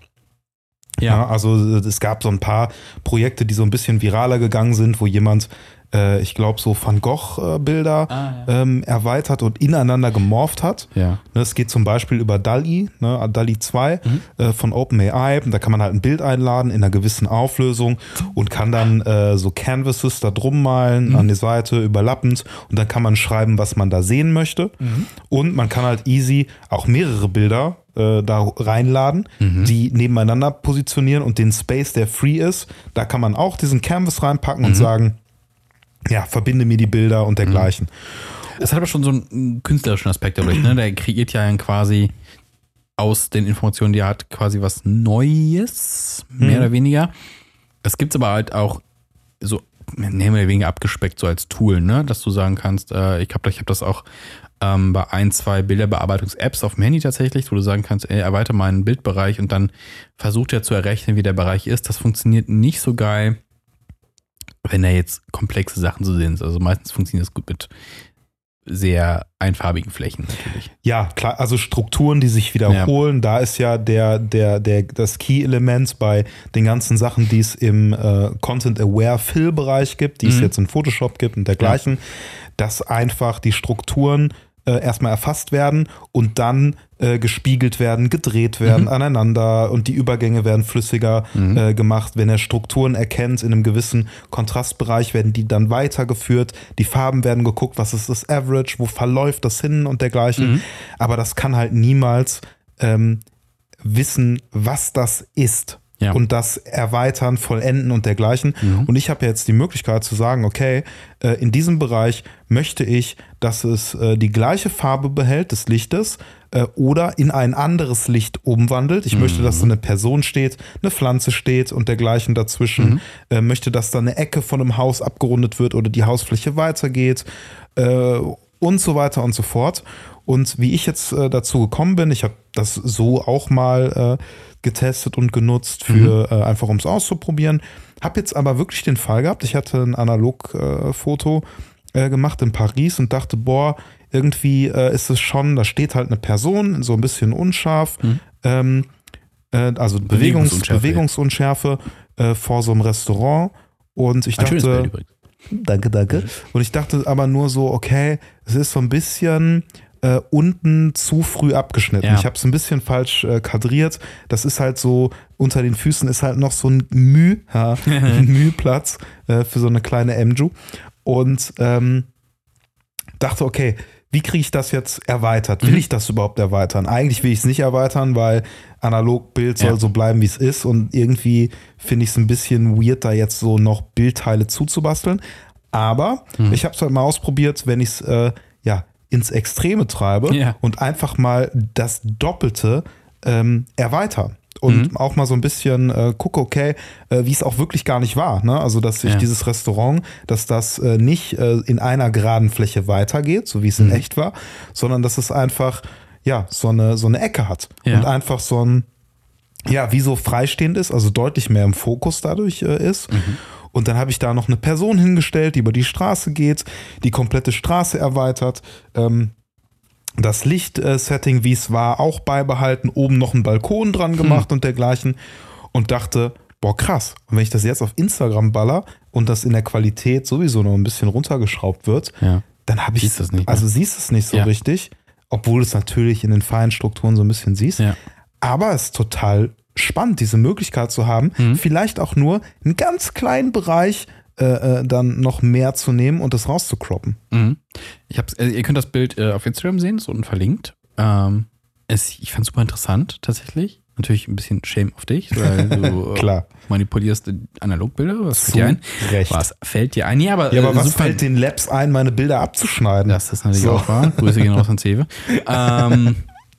Ja, also es gab so ein paar Projekte, die so ein bisschen viraler gegangen sind, wo jemand, äh, ich glaube, so Van Gogh-Bilder Ah, ja. ähm, erweitert und ineinander gemorpht hat. Ja. Ne, es geht zum Beispiel über DALL-E, ne, DALL-E zwei Mhm. äh, von OpenAI. Da kann man halt ein Bild einladen in einer gewissen Auflösung und kann dann äh, so Canvases da drum malen, Mhm. an die Seite überlappend, und dann kann man schreiben, was man da sehen möchte. Mhm. Und man kann halt easy auch mehrere Bilder äh, da reinladen, Mhm. die nebeneinander positionieren, und den Space, der free ist, da kann man auch diesen Canvas reinpacken Mhm. und sagen, ja, verbinde mir die Bilder und dergleichen. Es hat aber schon so einen künstlerischen Aspekt dadurch, ne? Der kreiert ja dann quasi aus den Informationen, die er hat, quasi was Neues, mehr Mhm. oder weniger. Es gibt aber halt auch so, mehr oder weniger abgespeckt, so als Tool, ne? Dass du sagen kannst, äh, ich habe ich hab das auch ähm, bei ein, zwei Bilderbearbeitungs-Apps auf dem Handy tatsächlich, wo du sagen kannst, ey, erweitere meinen Bildbereich, und dann versucht er zu errechnen, wie der Bereich ist. Das funktioniert nicht so geil, wenn da jetzt komplexe Sachen zu sehen sind. Also meistens funktioniert das gut mit sehr einfarbigen Flächen natürlich. Ja, klar, also Strukturen, die sich wiederholen, da ist ja der, der, der, das Key-Element bei den ganzen Sachen, die es im äh, Content-Aware-Fill-Bereich gibt, die es Mhm. jetzt in Photoshop gibt und dergleichen, dass einfach die Strukturen äh, erstmal erfasst werden und dann äh, gespiegelt werden, gedreht werden Mhm. aneinander, und die Übergänge werden flüssiger Mhm. äh, gemacht. Wenn er Strukturen erkennt in einem gewissen Kontrastbereich, werden die dann weitergeführt. Die Farben werden geguckt, was ist das Average, wo verläuft das hin und dergleichen. Mhm. Aber das kann halt niemals ähm, wissen, was das ist. Ja. Und das erweitern, vollenden und dergleichen. Mhm. Und ich habe jetzt die Möglichkeit zu sagen, okay, äh, in diesem Bereich möchte ich, dass es äh, die gleiche Farbe behält des Lichtes äh, oder in ein anderes Licht umwandelt. Ich Mhm. möchte, dass da eine Person steht, eine Pflanze steht und dergleichen dazwischen. Mhm. Äh, möchte, dass da eine Ecke von einem Haus abgerundet wird oder die Hausfläche weitergeht äh, und so weiter und so fort. Und wie ich jetzt äh, dazu gekommen bin, ich habe das so auch mal äh, getestet und genutzt, für äh, einfach um es auszuprobieren. Habe jetzt aber wirklich den Fall gehabt, ich hatte ein Analogfoto äh, gemacht in Paris und dachte, boah, irgendwie äh, ist es schon, da steht halt eine Person, so ein bisschen unscharf, Mhm. ähm, äh, also Bewegungs Bewegungsunschärfe. Bewegungsunschärfe äh, vor so einem Restaurant. Und ich Ein schönes dachte, Bild übrigens. Danke, danke. Und ich dachte aber nur so, okay, es ist so ein bisschen äh, unten zu früh abgeschnitten. Ja. Ich habe es ein bisschen falsch äh, kadriert. Das ist halt so, unter den Füßen ist halt noch so ein Müh, ja, ein Mühplatz äh, für so eine kleine Emju. Und ähm, dachte, okay, wie kriege ich das jetzt erweitert? Will Mhm. ich das überhaupt erweitern? Eigentlich will ich es nicht erweitern, weil Analogbild soll Ja. so bleiben, wie es ist. Und irgendwie finde ich es ein bisschen weird, da jetzt so noch Bildteile zuzubasteln. Aber Mhm. ich habe es halt mal ausprobiert, wenn ich es äh, ja, ins Extreme treibe Ja. und einfach mal das Doppelte ähm, erweitere. Und Mhm. auch mal so ein bisschen äh, gucke, okay, äh, wie es auch wirklich gar nicht war. Ne? Also, dass sich Ja. dieses Restaurant, dass das äh, nicht äh, in einer geraden Fläche weitergeht, so wie es in Mhm. echt war, sondern dass es einfach, ja, so eine, so eine Ecke hat. Ja. Und einfach so ein, ja, wie so freistehend ist, also deutlich mehr im Fokus dadurch äh, ist. Mhm. Und dann habe ich da noch eine Person hingestellt, die über die Straße geht, die komplette Straße erweitert, ähm, das Lichtsetting, wie es war, auch beibehalten, oben noch einen Balkon dran gemacht hm. und dergleichen und dachte, boah krass, und wenn ich das jetzt auf Instagram baller und das in der Qualität sowieso noch ein bisschen runtergeschraubt wird, ja. dann habe ich, siehst das nicht, also siehst es nicht so ja. richtig, obwohl du es natürlich in den feinen Strukturen so ein bisschen siehst, ja. aber es ist total spannend, diese Möglichkeit zu haben, mhm. vielleicht auch nur einen ganz kleinen Bereich Äh, äh, dann noch mehr zu nehmen und das rauszukroppen. Mhm. Ich hab's, äh, ihr könnt das Bild äh, auf Instagram sehen, ist unten verlinkt. Ähm, es, ich fand es super interessant, tatsächlich. Natürlich ein bisschen Shame auf dich, weil du Klar. Äh, manipulierst Analogbilder. Was fällt so dir ein? Recht. Was fällt dir ein? Ja, aber, ja, aber äh, was super, fällt den Labs ein, meine Bilder abzuschneiden? Das ist natürlich so. auch wahr. Grüße gehen raus an Cewe. ähm,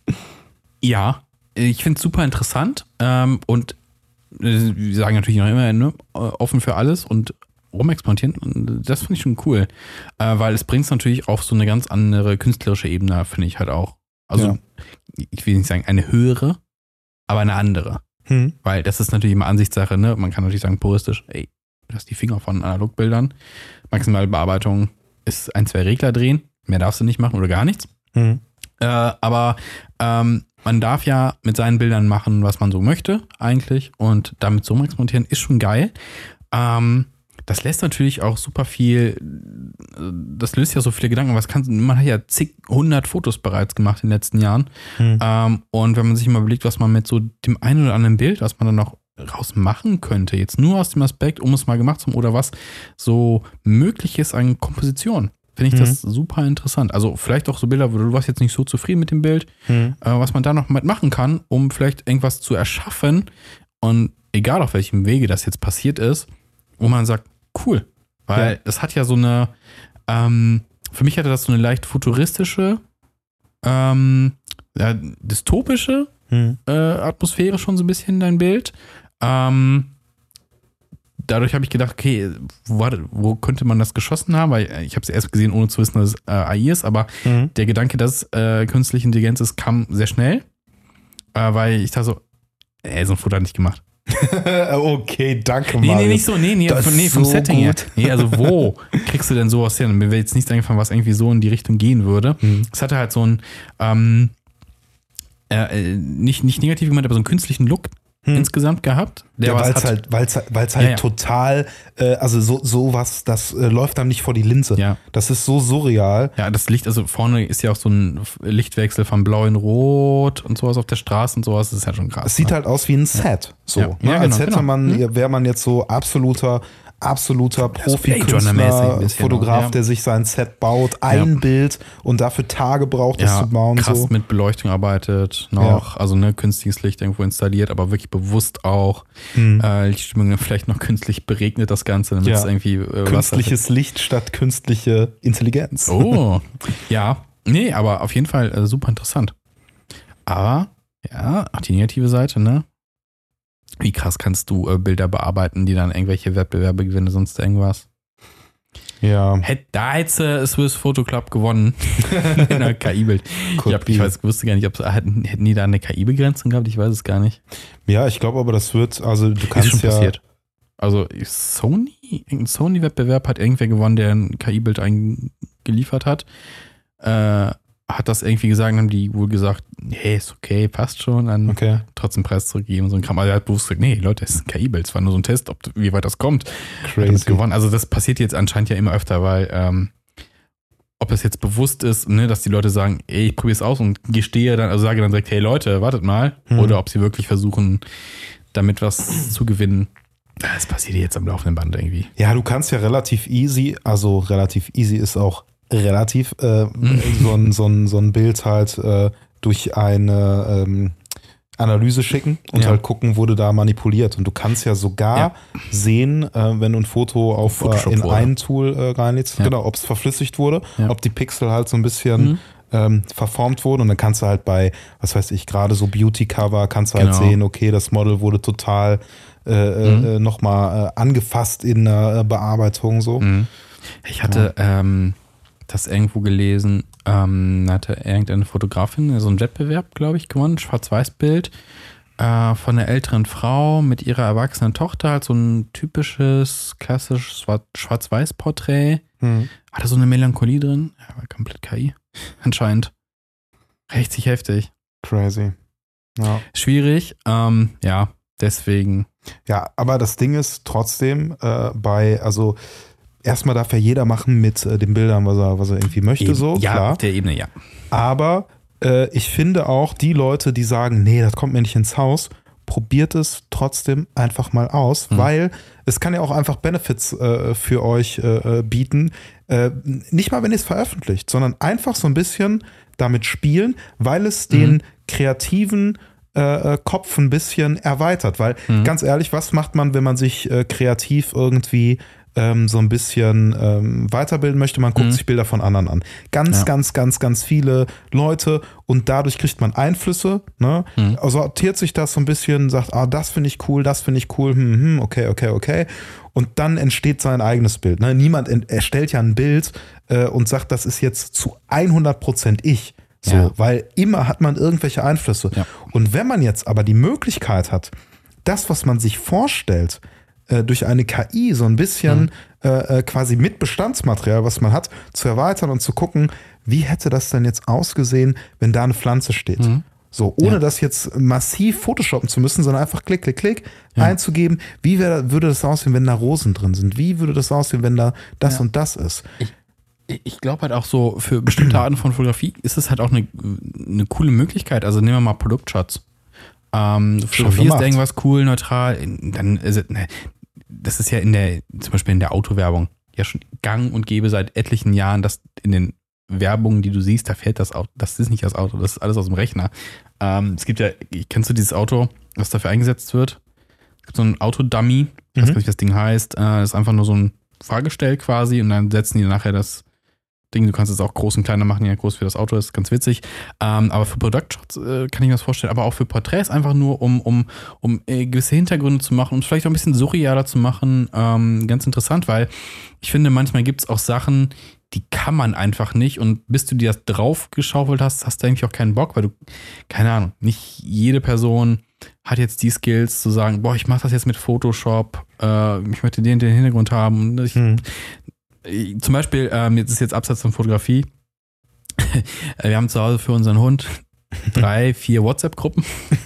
ja, ich finde es super interessant ähm, und äh, wir sagen natürlich noch immer ne, offen für alles und rumexperimentieren. Und das finde ich schon cool, äh, weil es bringt es natürlich auf so eine ganz andere künstlerische Ebene, finde ich halt auch. Also Ja. ich will nicht sagen eine höhere, aber eine andere. Hm. Weil das ist natürlich immer Ansichtssache, ne? Man kann natürlich sagen puristisch, ey, lass die Finger von Analogbildern. Maximale Bearbeitung ist ein, zwei Regler drehen, mehr darfst du nicht machen oder gar nichts. Hm. Äh, aber ähm, man darf ja mit seinen Bildern machen, was man so möchte eigentlich und damit so experimentieren ist schon geil. Ähm, Das lässt natürlich auch super viel, das löst ja so viele Gedanken, was kann, man hat ja zig, hundert Fotos bereits gemacht in den letzten Jahren. Hm. Ähm, und wenn man sich mal überlegt, was man mit so dem einen oder anderen Bild, was man dann noch raus machen könnte, jetzt nur aus dem Aspekt, um es mal gemacht zu haben oder was so möglich ist an Komposition, finde ich Mhm. das super interessant. Also vielleicht auch so Bilder, wo du warst jetzt nicht so zufrieden mit dem Bild, Hm. äh, was man da noch mit machen kann, um vielleicht irgendwas zu erschaffen und egal auf welchem Wege das jetzt passiert ist, wo man sagt, cool, weil Ja. das hat ja so eine, ähm, für mich hatte das so eine leicht futuristische, ähm, ja, dystopische Hm. äh, Atmosphäre schon so ein bisschen dein Bild. Ähm, dadurch habe ich gedacht, okay, wo, war das, wo könnte man das geschossen haben? Weil ich habe es erst gesehen, ohne zu wissen, dass es äh, A I ist, aber Hm. der Gedanke, dass äh, künstliche Intelligenz ist, kam sehr schnell, äh, weil ich dachte so, ey, so ein Foto hat nicht gemacht. Okay, danke Nee, mal. nee, nicht so, nee, nee, Das von, nee ist vom so Setting her. gut. Nee, also wo kriegst du denn sowas hin? Mir wäre jetzt nichts eingefallen, was irgendwie so in die Richtung gehen würde. Hm. Es hatte halt so einen, ähm, äh, nicht, nicht negativ gemeint, aber so einen künstlichen Look Hm. insgesamt gehabt. Der Ja, was weil es hat, halt, weil's, weil's halt Ja, ja. total, äh, also so sowas, das äh, läuft einem nicht vor die Linse. Ja. Das ist so surreal. Ja, das Licht, also vorne ist ja auch so ein Lichtwechsel von blau in rot und sowas auf der Straße und sowas, das ist ja schon krass. Es sieht ne? halt aus wie ein Set. So, Ja. ne? Ja, Als genau, hätte genau. man, wäre man jetzt so absoluter, absoluter so Blade Runner-mäßig ein Profi-Künstler, bisschen Fotograf, noch, ja. der sich sein Set baut, ein Ja. Bild und dafür Tage braucht, das Ja, zu bauen. krass So. mit Beleuchtung arbeitet noch, also ne, künstliches Licht irgendwo installiert, aber wirklich bewusst auch Hm. äh, Lichtstimmung vielleicht noch künstlich beregnet das Ganze, damit Ja. es irgendwie äh, Wasser- Künstliches Licht statt künstliche Intelligenz. Oh, ja, nee, aber auf jeden Fall äh, super interessant. Aber, ja, auch die negative Seite, ne? Wie krass kannst du äh, Bilder bearbeiten, die dann irgendwelche Wettbewerbe gewinnen, sonst irgendwas? Ja. Hätt, da hätte äh, Swiss Photo Club gewonnen. In der K I-Bild. Ich, hab, ich weiß, wusste gar nicht, ob hätten, hätten die da eine K I-Begrenzung gehabt? Ich weiß es gar nicht. Ja, ich glaube aber, das wird, also du kannst Ist schon ja. passiert. Also Sony, irgendein Sony-Wettbewerb hat irgendwer gewonnen, der ein K I-Bild eingeliefert hat. Äh, hat das irgendwie gesagt, haben die wohl gesagt, hey, ist okay, passt schon, dann Okay. trotzdem Preis zurückgegeben und so ein Kram. Also er hat bewusst gesagt, nee, Leute, das ist ein K I-Bild, es war nur so ein Test, ob, wie weit das kommt. Hat damit Crazy. gewonnen. Also das passiert jetzt anscheinend ja immer öfter, weil ähm, ob es jetzt bewusst ist, ne, dass die Leute sagen, ey, ich probiere es aus und gestehe dann, also sage dann direkt, hey Leute, wartet mal. Hm. Oder ob sie wirklich versuchen, damit was zu gewinnen. Das passiert jetzt am laufenden Band irgendwie. Ja, du kannst ja relativ easy, also relativ easy ist auch relativ, äh, so, ein, so, ein, so ein Bild halt äh, durch eine ähm, Analyse schicken und Ja. halt gucken, wurde da manipuliert. Und du kannst ja sogar Ja. sehen, äh, wenn du ein Foto auf äh, Photoshop in wurde. ein Tool äh, reinlädst, Ja. genau, ob es verflüssigt wurde, Ja. ob die Pixel halt so ein bisschen Mhm. ähm, verformt wurden. Und dann kannst du halt bei, was weiß ich, gerade so Beauty-Cover, kannst du halt Genau. sehen, okay, das Model wurde total äh, Mhm. äh, nochmal äh, angefasst in der äh, Bearbeitung so. Mhm. Ich hatte ähm, das irgendwo gelesen, ähm, hatte irgendeine Fotografin so einen Wettbewerb, glaube ich, gewonnen, Schwarz-Weiß-Bild. äh, von einer älteren Frau mit ihrer erwachsenen Tochter, halt so ein typisches, klassisches Schwarz-Weiß-Porträt. Hm. Hatte so eine Melancholie drin. Ja, war komplett K I. Anscheinend. Richtig heftig. Crazy. Ja. Schwierig. Ähm, ja, deswegen. Ja, aber das Ding ist trotzdem äh, bei, also erstmal darf ja jeder machen mit äh, den Bildern, was er, was er irgendwie möchte, Eben. so. Ja, klar. auf der Ebene, ja. Aber äh, ich finde auch, die Leute, die sagen, nee, das kommt mir nicht ins Haus, probiert es trotzdem einfach mal aus, mhm. weil es kann ja auch einfach Benefits äh, für euch äh, bieten. Äh, nicht mal, wenn ihr es veröffentlicht, sondern einfach so ein bisschen damit spielen, weil es mhm. den kreativen äh, Kopf ein bisschen erweitert. Weil, mhm. ganz ehrlich, was macht man, wenn man sich äh, kreativ irgendwie ähm, so ein bisschen ähm, weiterbilden möchte? Man guckt mhm. sich Bilder von anderen an. Ganz, ja. ganz, ganz, ganz viele Leute und dadurch kriegt man Einflüsse, ne? Mhm. Sortiert sich das so ein bisschen, sagt, ah, das finde ich cool, das finde ich cool, hm, hm, okay, okay, okay. Und dann entsteht sein eigenes Bild. Ne? Niemand ent- erstellt ja ein Bild äh, und sagt, das ist jetzt zu hundert Prozent ich. So, ja. Weil immer hat man irgendwelche Einflüsse. Ja. Und wenn man jetzt aber die Möglichkeit hat, das, was man sich vorstellt, äh, durch eine K I so ein bisschen mhm. äh, quasi mit Bestandsmaterial, was man hat, zu erweitern und zu gucken, wie hätte das denn jetzt ausgesehen, wenn da eine Pflanze steht. Mhm. So, ohne ja. das jetzt massiv photoshoppen zu müssen, sondern einfach klick, klick, klick ja. einzugeben, wie wär, würde das aussehen, wenn da Rosen drin sind? Wie würde das aussehen, wenn da das ja. und das ist? Ich Ich glaube halt auch so, für bestimmte Arten von Fotografie ist es halt auch eine, eine coole Möglichkeit. Also nehmen wir mal Produktshots. Ähm, du fotografierst irgendwas cool, neutral, dann ist es, ne, das ist ja in der, zum Beispiel in der Autowerbung, ja schon gang und gäbe seit etlichen Jahren, dass in den Werbungen, die du siehst, da fährt das Auto, das ist nicht das Auto, das ist alles aus dem Rechner. Ähm, es gibt ja, kennst du dieses Auto, was dafür eingesetzt wird? Es gibt so ein Autodummy, ich weiß gar nicht, wie das Ding heißt, äh, das ist einfach nur so ein Fahrgestell quasi und dann setzen die nachher das Ding, du kannst es auch groß und kleiner machen, ja groß für das Auto ist, ganz witzig. Ähm, aber für Produktshots äh, kann ich mir das vorstellen, aber auch für Porträts einfach nur, um, um, um äh, gewisse Hintergründe zu machen und vielleicht auch ein bisschen surrealer zu machen. Ähm, ganz interessant, weil ich finde, manchmal gibt es auch Sachen, die kann man einfach nicht und bis du dir das draufgeschaufelt hast, hast du eigentlich auch keinen Bock, weil du, keine Ahnung, nicht jede Person hat jetzt die Skills zu sagen, boah, ich mache das jetzt mit Photoshop, äh, ich möchte den, den Hintergrund haben. Ich, hm. Zum Beispiel, ähm, jetzt ist jetzt Abseits von Fotografie. Wir haben zu Hause für unseren Hund drei, vier WhatsApp-Gruppen.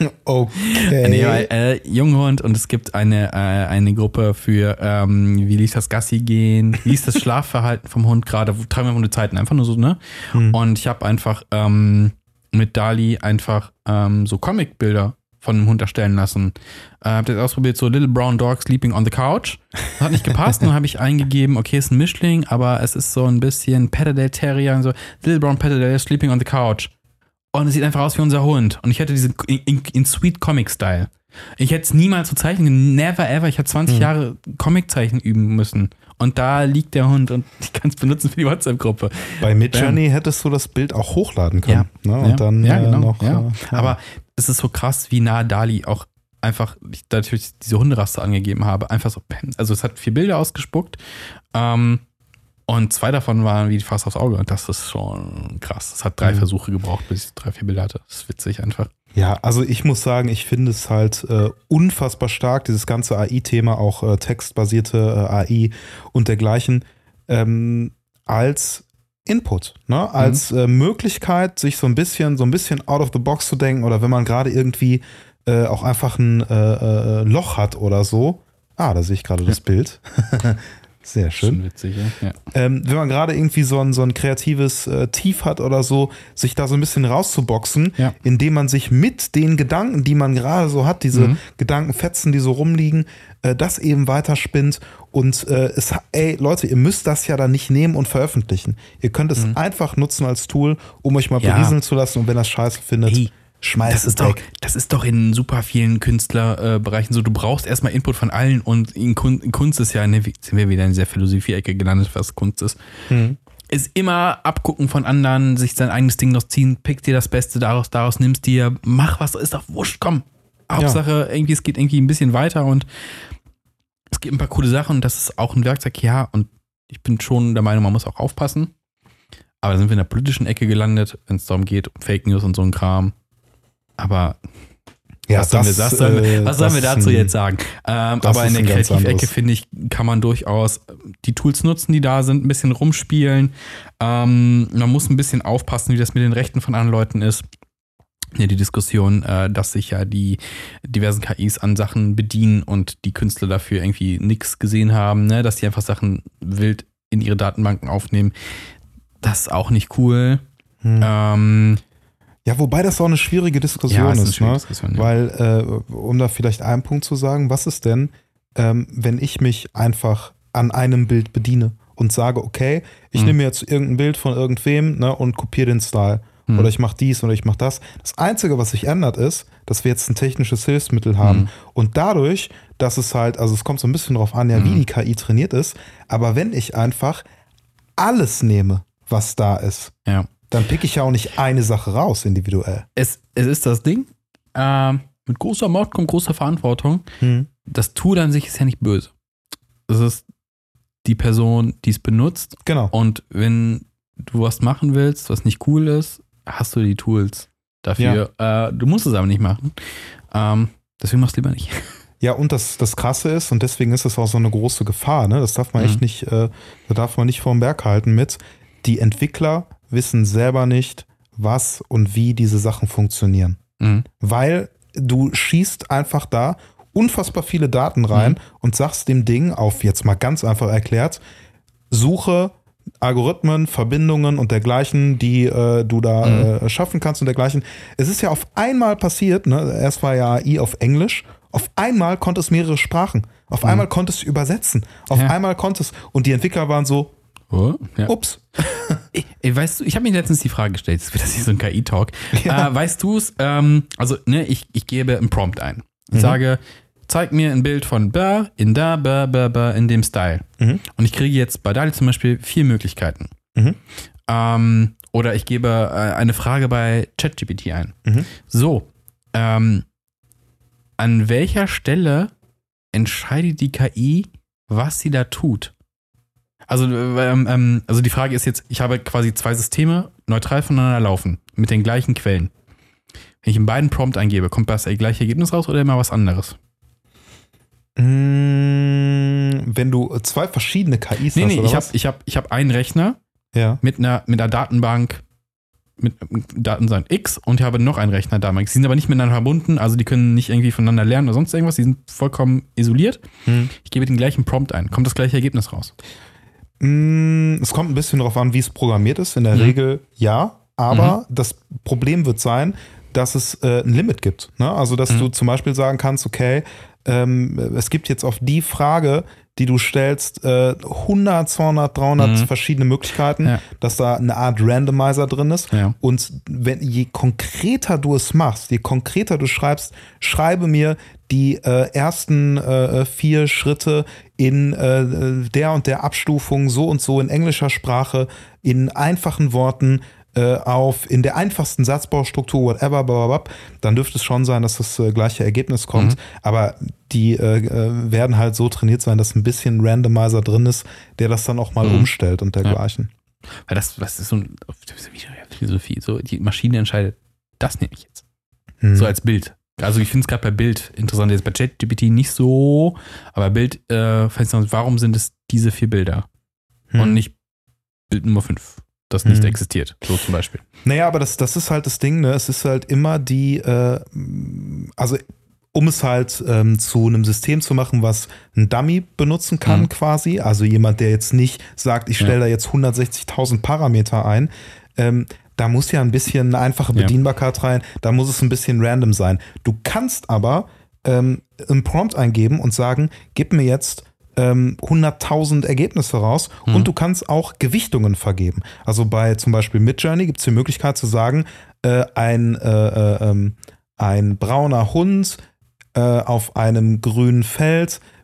Okay. Nee, äh, Junghund und es gibt eine, äh, eine Gruppe für, ähm, wie lief das Gassi gehen, wie ist das Schlafverhalten vom Hund gerade, tragen wir von Zeiten, einfach nur so, ne? Hm. Und ich habe einfach ähm, mit Dali einfach ähm, so Comic-Bilder von einem Hund erstellen lassen. Äh, hab das ausprobiert, so Little Brown Dog Sleeping on the Couch. Das hat nicht gepasst. Dann habe ich eingegeben, okay, ist ein Mischling, aber es ist so ein bisschen Patterdale Terrier und so. Little Brown Patterdale Sleeping on the Couch. Und es sieht einfach aus wie unser Hund. Und ich hätte diesen in, in, in Sweet Comic Style. Ich hätte es niemals so zeichnen, never ever. Ich hätte zwanzig hm. Jahre Comic-Zeichen üben müssen. Und da liegt der Hund und ich kann es benutzen für die WhatsApp-Gruppe. Bei Midjourney ähm, hättest du das Bild auch hochladen können. Ja, ne? Und ja, dann ja, genau, äh, noch. Ja. Äh, ja. Aber es ist so krass, wie nah Dali auch einfach, ich natürlich diese Hunderasse angegeben habe, einfach so, also es hat vier Bilder ausgespuckt ähm, und zwei davon waren wie fast aufs Auge und das ist schon krass. Es hat drei mhm. Versuche gebraucht, bis ich drei, vier Bilder hatte. Das ist witzig einfach. Ja, also ich muss sagen, ich finde es halt äh, unfassbar stark, dieses ganze A I-Thema, auch äh, textbasierte äh, A I und dergleichen, ähm, als Input, ne? Als mhm. äh, Möglichkeit, sich so ein bisschen, so ein bisschen out of the box zu denken oder wenn man gerade irgendwie äh, auch einfach ein äh, äh, Loch hat oder so. Ah, da sehe ich gerade ja. das Bild. Sehr schön. Schon witzig, ja. ja. Ähm, wenn man gerade irgendwie so ein, so ein kreatives äh, Tief hat oder so, sich da so ein bisschen rauszuboxen, ja. indem man sich mit den Gedanken, die man gerade so hat, diese mhm. Gedankenfetzen, die so rumliegen, äh, das eben weiterspinnt und äh, es, ey Leute, ihr müsst das ja dann nicht nehmen und veröffentlichen. Ihr könnt es mhm. einfach nutzen als Tool, um euch mal ja. berieseln zu lassen und wenn das scheiße findet, hey. Schmeiß das es ist weg. Doch, das ist doch in super vielen Künstlerbereichen so. Du brauchst erstmal Input von allen und in Kunst, in Kunst ist ja, ne, sind wir wieder in dieser Philosophie-Ecke gelandet, was Kunst ist. Mhm. Ist immer abgucken von anderen, sich sein eigenes Ding noch ziehen, pick dir das Beste daraus, daraus nimmst dir, mach was, ist doch wurscht, komm. Hauptsache, ja. irgendwie, es geht irgendwie ein bisschen weiter und es gibt ein paar coole Sachen und das ist auch ein Werkzeug, ja, und ich bin schon der Meinung, man muss auch aufpassen. Aber da sind wir in der politischen Ecke gelandet, wenn es darum geht, um Fake News und so ein Kram. Aber Ja, was sollen wir, das, was sollen wir, äh, was sollen wir das ist dazu ein- jetzt sagen? Ähm, das aber in ist der ein ganz Kreativecke, anderes. finde ich, kann man durchaus die Tools nutzen, die da sind, ein bisschen rumspielen. Ähm, man muss ein bisschen aufpassen, wie das mit den Rechten von anderen Leuten ist. Ja, die Diskussion, äh, dass sich ja die diversen K Is an Sachen bedienen und die Künstler dafür irgendwie nichts gesehen haben, ne? Dass die einfach Sachen wild in ihre Datenbanken aufnehmen. Das ist auch nicht cool. Hm. Ähm, Ja, wobei das auch eine schwierige Diskussion Ja, ist ist, eine schwierige ne? Diskussion, ja. Weil, äh, um da vielleicht einen Punkt zu sagen, was ist denn, ähm, wenn ich mich einfach an einem Bild bediene und sage, okay, ich Mhm. nehme jetzt irgendein Bild von irgendwem, ne, und kopiere den Style. Mhm. Oder ich mache dies oder ich mache das. Das Einzige, was sich ändert, ist, dass wir jetzt ein technisches Hilfsmittel haben. Mhm. Und dadurch, dass es halt, also es kommt so ein bisschen drauf an, ja, wie Mhm. die K I trainiert ist, aber wenn ich einfach alles nehme, was da ist, ja. dann pick ich ja auch nicht eine Sache raus individuell. Es, es ist das Ding. Ähm, mit großer Macht kommt große Verantwortung. Hm. Das Tool an sich ist ja nicht böse. Es ist die Person, die es benutzt. Genau. Und wenn du was machen willst, was nicht cool ist, hast du die Tools dafür. Äh, du musst es aber nicht machen. Ähm, deswegen machst du lieber nicht. Ja, und das, das Krasse ist, und deswegen ist es auch so eine große Gefahr, ne? Das darf man Mhm. echt nicht, äh, da darf man nicht vorm Berg halten mit. Die Entwickler wissen selber nicht, was und wie diese Sachen funktionieren. Mhm. Weil du schießt einfach da unfassbar viele Daten rein Mhm. und sagst dem Ding, auf jetzt mal ganz einfach erklärt, suche Algorithmen, Verbindungen und dergleichen, die äh, du da Mhm. äh, schaffen kannst und dergleichen. Es ist ja auf einmal passiert, ne? Erst war ja A I auf Englisch, auf einmal konnte es mehrere Sprachen. Auf Mhm. einmal konnte es übersetzen. Auf Ja. einmal konnte es. Und die Entwickler waren so, Oh, ja. ups. Ich, ich, weißt du, ich habe mir letztens die Frage gestellt, das wird das hier so ein K I-Talk. Ja. Äh, weißt du es, ähm, also ne, ich, ich gebe einen Prompt ein. Ich Mhm. sage, zeig mir ein Bild von Bär in da, Bär, Bär, Bär in dem Style. Mhm. Und ich kriege jetzt bei Dali zum Beispiel vier Möglichkeiten. Mhm. Ähm, oder ich gebe äh, eine Frage bei ChatGPT ein. Mhm. So, ähm, an welcher Stelle entscheidet die K I, was sie da tut? Also, ähm, ähm, also die Frage ist jetzt, ich habe quasi zwei Systeme neutral voneinander laufen, mit den gleichen Quellen. Wenn ich in beiden Prompt eingebe, kommt das gleiche Ergebnis raus oder immer was anderes? Mm, Wenn du zwei verschiedene K Is Nee, hast, nee, oder ich habe was? ich hab, ich hab einen Rechner Ja. mit einer, mit einer Datenbank, mit Datenbank X und ich habe noch einen Rechner Datenbank. Die sind aber nicht miteinander verbunden, also die können nicht irgendwie voneinander lernen oder sonst irgendwas, die sind vollkommen isoliert. Hm. Ich gebe den gleichen Prompt ein, kommt das gleiche Ergebnis raus. Mm, Es kommt ein bisschen darauf an, wie es programmiert ist. In der Mhm. Regel ja, aber das Problem wird sein, dass es äh, ein Limit gibt. Ne? Also, dass Mhm. du zum Beispiel sagen kannst, okay, ähm, es gibt jetzt auf die Frage, die du stellst, äh, hundert, zweihundert, dreihundert Mhm. verschiedene Möglichkeiten, Ja. dass da eine Art Randomizer drin ist. Ja. Und wenn, je konkreter du es machst, je konkreter du schreibst, schreibe mir die äh, ersten äh, vier Schritte in äh, der und der Abstufung so und so in englischer Sprache, in einfachen Worten äh, auf, in der einfachsten Satzbaustruktur, whatever, blablabla, dann dürfte es schon sein, dass das äh, gleiche Ergebnis kommt. Mhm. Aber die äh, äh, werden halt so trainiert sein, dass ein bisschen Randomizer drin ist, der das dann auch mal Mhm. umstellt und dergleichen. Weil das, das ist so eine Philosophie. So, die Maschine entscheidet, das nehme ich jetzt. Hm. So als Bild. Also ich finde es gerade bei Bild interessant, jetzt bei ChatGPT nicht so, aber Bild, äh, faszinierend, warum sind es diese vier Bilder Hm. und nicht Bild Nummer fünf, das nicht Hm. existiert, so zum Beispiel. Naja, aber das, das ist halt das Ding, ne? Es ist halt immer die, äh, also um es halt ähm, zu einem System zu machen, was ein Dummy benutzen kann Mhm. quasi, also jemand, der jetzt nicht sagt, ich stelle Ja. da jetzt hundertsechzigtausend Parameter ein, ähm, da muss ja ein bisschen eine einfache Ja. Bedienbarkeit rein, da muss es ein bisschen random sein. Du kannst aber ähm, einen Prompt eingeben und sagen, gib mir jetzt ähm, hunderttausend Ergebnisse raus Mhm. und du kannst auch Gewichtungen vergeben. Also bei zum Beispiel Midjourney gibt es die Möglichkeit zu sagen, äh, ein, äh, äh, ähm, ein brauner Hund äh, auf einem grünen Feld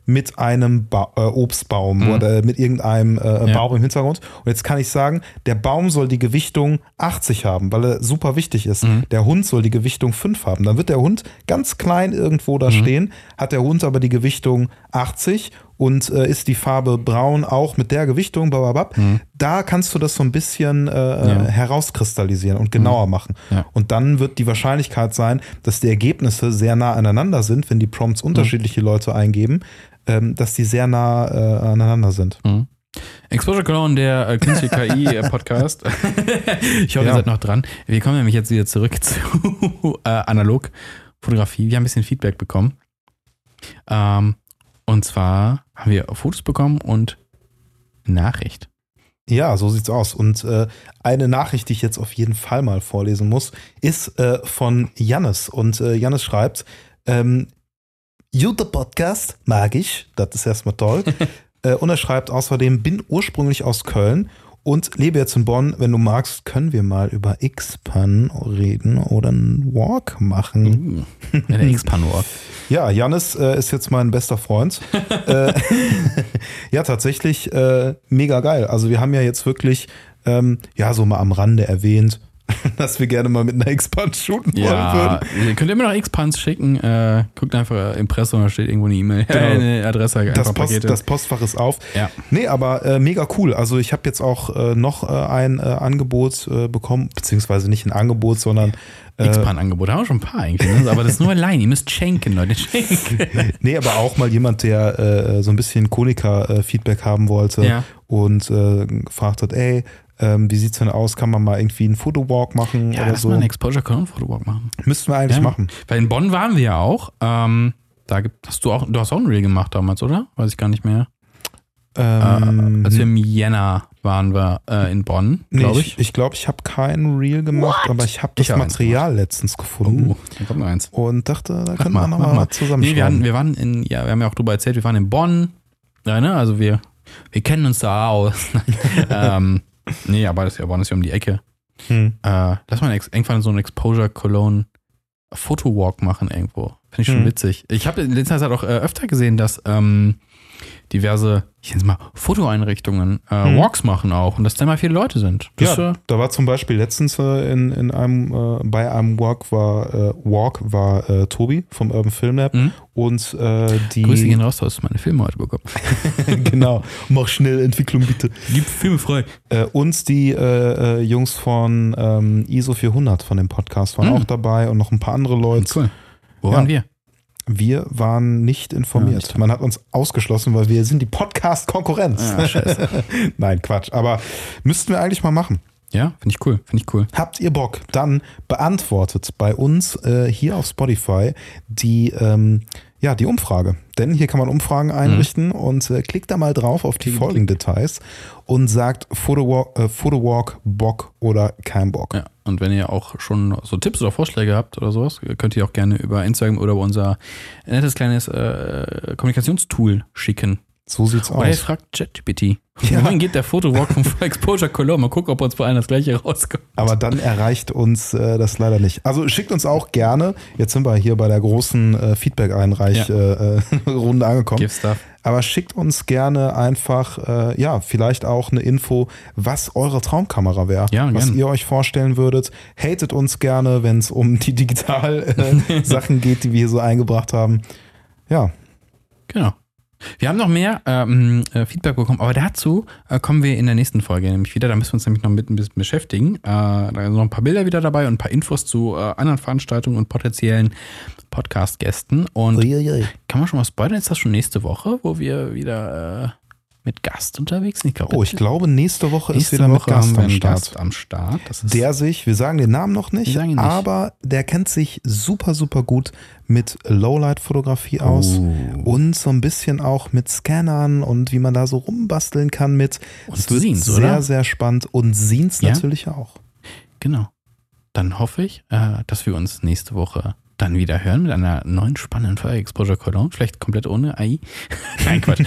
mit einem ba- äh, Obstbaum Mhm. oder mit irgendeinem äh, Ja. Baum im Hintergrund. Und jetzt kann ich sagen, der Baum soll die Gewichtung achtzig haben, weil er super wichtig ist. Mhm. Der Hund soll die Gewichtung fünf haben. Dann wird der Hund ganz klein irgendwo da Mhm. stehen, hat der Hund aber die Gewichtung achtzig und äh, ist die Farbe braun auch mit der Gewichtung, bababab. Mhm. Da kannst du das so ein bisschen äh, Ja. herauskristallisieren und genauer machen. Ja. Und dann wird die Wahrscheinlichkeit sein, dass die Ergebnisse sehr nah aneinander sind, wenn die Prompts unterschiedliche Leute eingeben, ähm, dass die sehr nah äh, aneinander sind. Mhm. Exposure Cologne, der äh, künstliche K I-Podcast. Ich hoffe, Ja. ihr seid noch dran. Wir kommen nämlich jetzt wieder zurück zu äh, Analogfotografie. Wir haben ein bisschen Feedback bekommen. Ähm, und zwar haben wir Fotos bekommen und eine Nachricht. Ja, so sieht's aus. Und äh, eine Nachricht, die ich jetzt auf jeden Fall mal vorlesen muss, ist äh, von Jannis. Und äh, Jannis schreibt, ähm, Jute Podcast, mag ich, das ist erstmal toll. äh, und er schreibt außerdem, bin ursprünglich aus Köln und lebe jetzt in Bonn. Wenn du magst, können wir mal über X-Pan reden oder einen Walk machen. Uh, ja, der X-Pan-Walk. Ja, Jannis äh, ist jetzt mein bester Freund. äh, ja, tatsächlich äh, mega geil. Also wir haben ja jetzt wirklich, ähm, ja, so mal am Rande erwähnt, dass wir gerne mal mit einer X-Pan shooten wollen Ja, würden. ihr könnt immer noch X-Pans schicken. Äh, guckt einfach Impressum, da steht irgendwo eine E-Mail, Genau. eine Adresse, einfach Das, Post, Pakete. das Postfach ist auf. Ja. Nee, aber äh, mega cool. Also ich habe jetzt auch äh, noch äh, ein äh, Angebot äh, bekommen, beziehungsweise nicht ein Angebot, sondern äh, X-Pan-Angebot, haben wir schon ein paar eigentlich. Ne? Aber das ist nur allein, ihr müsst schenken, Leute, schenken. nee, aber auch mal jemand, der äh, so ein bisschen Konica-Feedback haben wollte Ja. und äh, gefragt hat, ey, ähm, wie sieht's denn aus? Kann man mal irgendwie einen Fotowalk machen Ja, oder lass so? mal einen Exposure Cologne Photowalk machen. Müssten wir eigentlich Ja. machen. Weil in Bonn waren wir ja auch. Ähm, da gibt, hast du auch, du hast auch ein Reel gemacht damals, oder? Weiß ich gar nicht mehr. Ähm, Äh, als wir im Jänner waren wir äh, in Bonn, nee, glaube ich ich. ich glaube, ich habe kein Reel gemacht, aber ich habe das Ich hab eins Material letztens gefunden Oh, da kommt noch eins. und dachte, da können mal, wir noch mach mal, mal. was zusammenschreiben. Nee, wir, hatten, wir waren in, ja, wir haben ja auch drüber erzählt, wir waren in Bonn. Ja, ne? Also wir, wir kennen uns da aus. ähm, nee, aber das ist ja Bonn ist ja um die Ecke. hm. Äh, lass mal ex- irgendwann so einen Exposure Cologne Photowalk machen irgendwo. Finde ich schon Hm. witzig. Ich habe in letzter Zeit auch äh, öfter gesehen, dass ähm, diverse, ich nenne es mal, Fotoeinrichtungen äh, Hm. Walks machen auch und dass da mal viele Leute sind. Das, Ja, äh, da war zum Beispiel letztens äh, in, in einem, äh, bei einem Walk war, äh, Walk war äh, Tobi vom Urban Film Lab Mhm. und äh, die. Grüße gehen raus, du hast meine Filme heute bekommen. genau, mach schnell Entwicklung bitte. Gib Filme frei. Äh, und die äh, äh, Jungs von ähm, I S O vierhundert von dem Podcast waren Mhm. auch dabei und noch ein paar andere Leute. Cool. Wo Ja. waren wir? Wir waren nicht informiert. Ja, nicht. Man hat uns ausgeschlossen, weil wir sind die Podcast-Konkurrenz. Ah, scheiße. Nein, Quatsch. Aber müssten wir eigentlich mal machen. Ja, finde ich cool. Finde ich cool. Habt ihr Bock? Dann beantwortet bei uns äh, hier auf Spotify die, ähm, ja, die Umfrage. Denn hier kann man Umfragen einrichten und äh, klickt da mal drauf auf die Klick, folgenden Details und sagt Photowalk, äh, Photowalk, Bock oder kein Bock. Ja, und wenn ihr auch schon so Tipps oder Vorschläge habt oder sowas, könnt ihr auch gerne über Instagram oder über unser nettes kleines äh, Kommunikationstool schicken. So sieht's Oder ihr aus. fragt ChatGPT. Ja. Wohin geht der Fotowalk vom Exposure Cologne? Mal gucken, ob uns bei einer das gleiche rauskommt. Aber dann erreicht uns äh, das leider nicht. Also schickt uns auch gerne, jetzt sind wir hier bei der großen äh, Feedback-Einreich-Runde äh, angekommen, Give stuff. aber schickt uns gerne einfach, äh, ja, vielleicht auch eine Info, was eure Traumkamera wäre, Ja, was gerne. ihr euch vorstellen würdet. Hatet uns gerne, wenn es um die Digital-Sachen geht, die wir hier so eingebracht haben. Ja, Genau. Wir haben noch mehr ähm, äh, Feedback bekommen, aber dazu äh, kommen wir in der nächsten Folge nämlich wieder. Da müssen wir uns nämlich noch mit ein bisschen beschäftigen. Äh, da sind noch ein paar Bilder wieder dabei und ein paar Infos zu äh, anderen Veranstaltungen und potenziellen Podcast-Gästen. Und Uiuiui. kann man schon mal spoilern? Ist das schon nächste Woche, wo wir wieder äh, mit Gast unterwegs sind? Ich glaub, Oh, ich glaube, nächste Woche ist nächste wieder mit Woche Gast haben wir am einen Start. Gast am Start. Das ist Der sich, wir sagen den Namen noch nicht, Wir sagen ihn nicht. aber der kennt sich super, super gut mit Lowlight-Fotografie aus Oh. und so ein bisschen auch mit Scannern und wie man da so rumbasteln kann mit. Und Es wird Scenes, sehr, oder? sehr spannend und Scenes Ja? natürlich auch. Genau. Dann hoffe ich, äh, dass wir uns nächste Woche dann wieder hören mit einer neuen spannenden Folge Exposure Cologne. Vielleicht komplett ohne A I. Nein, Quatsch.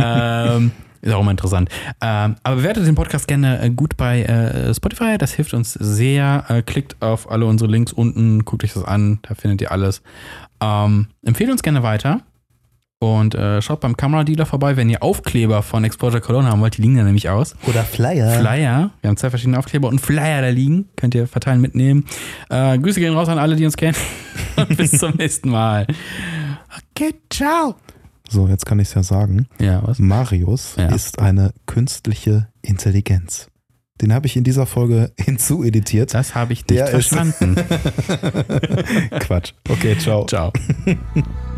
ähm, ist auch immer interessant. Ähm, aber bewertet den Podcast gerne äh, gut bei äh, Spotify. Das hilft uns sehr. Äh, klickt auf alle unsere Links unten. Guckt euch das an. Da findet ihr alles. Ähm, empfehlt uns gerne weiter. Und äh, schaut beim Kameradealer vorbei, wenn ihr Aufkleber von Exposure Cologne haben wollt. Die liegen da nämlich aus. Oder Flyer. Flyer. Wir haben zwei verschiedene Aufkleber und Flyer da liegen. Könnt ihr verteilen, mitnehmen. Äh, Grüße gehen raus an alle, die uns kennen. Und bis zum nächsten Mal. Okay, ciao. So, jetzt kann ich es ja sagen. Ja, was? Marius Ja. ist eine künstliche Intelligenz. Den habe ich in dieser Folge hinzueditiert. Das habe ich nicht Der ist- verstanden. Quatsch. Okay, ciao. Ciao.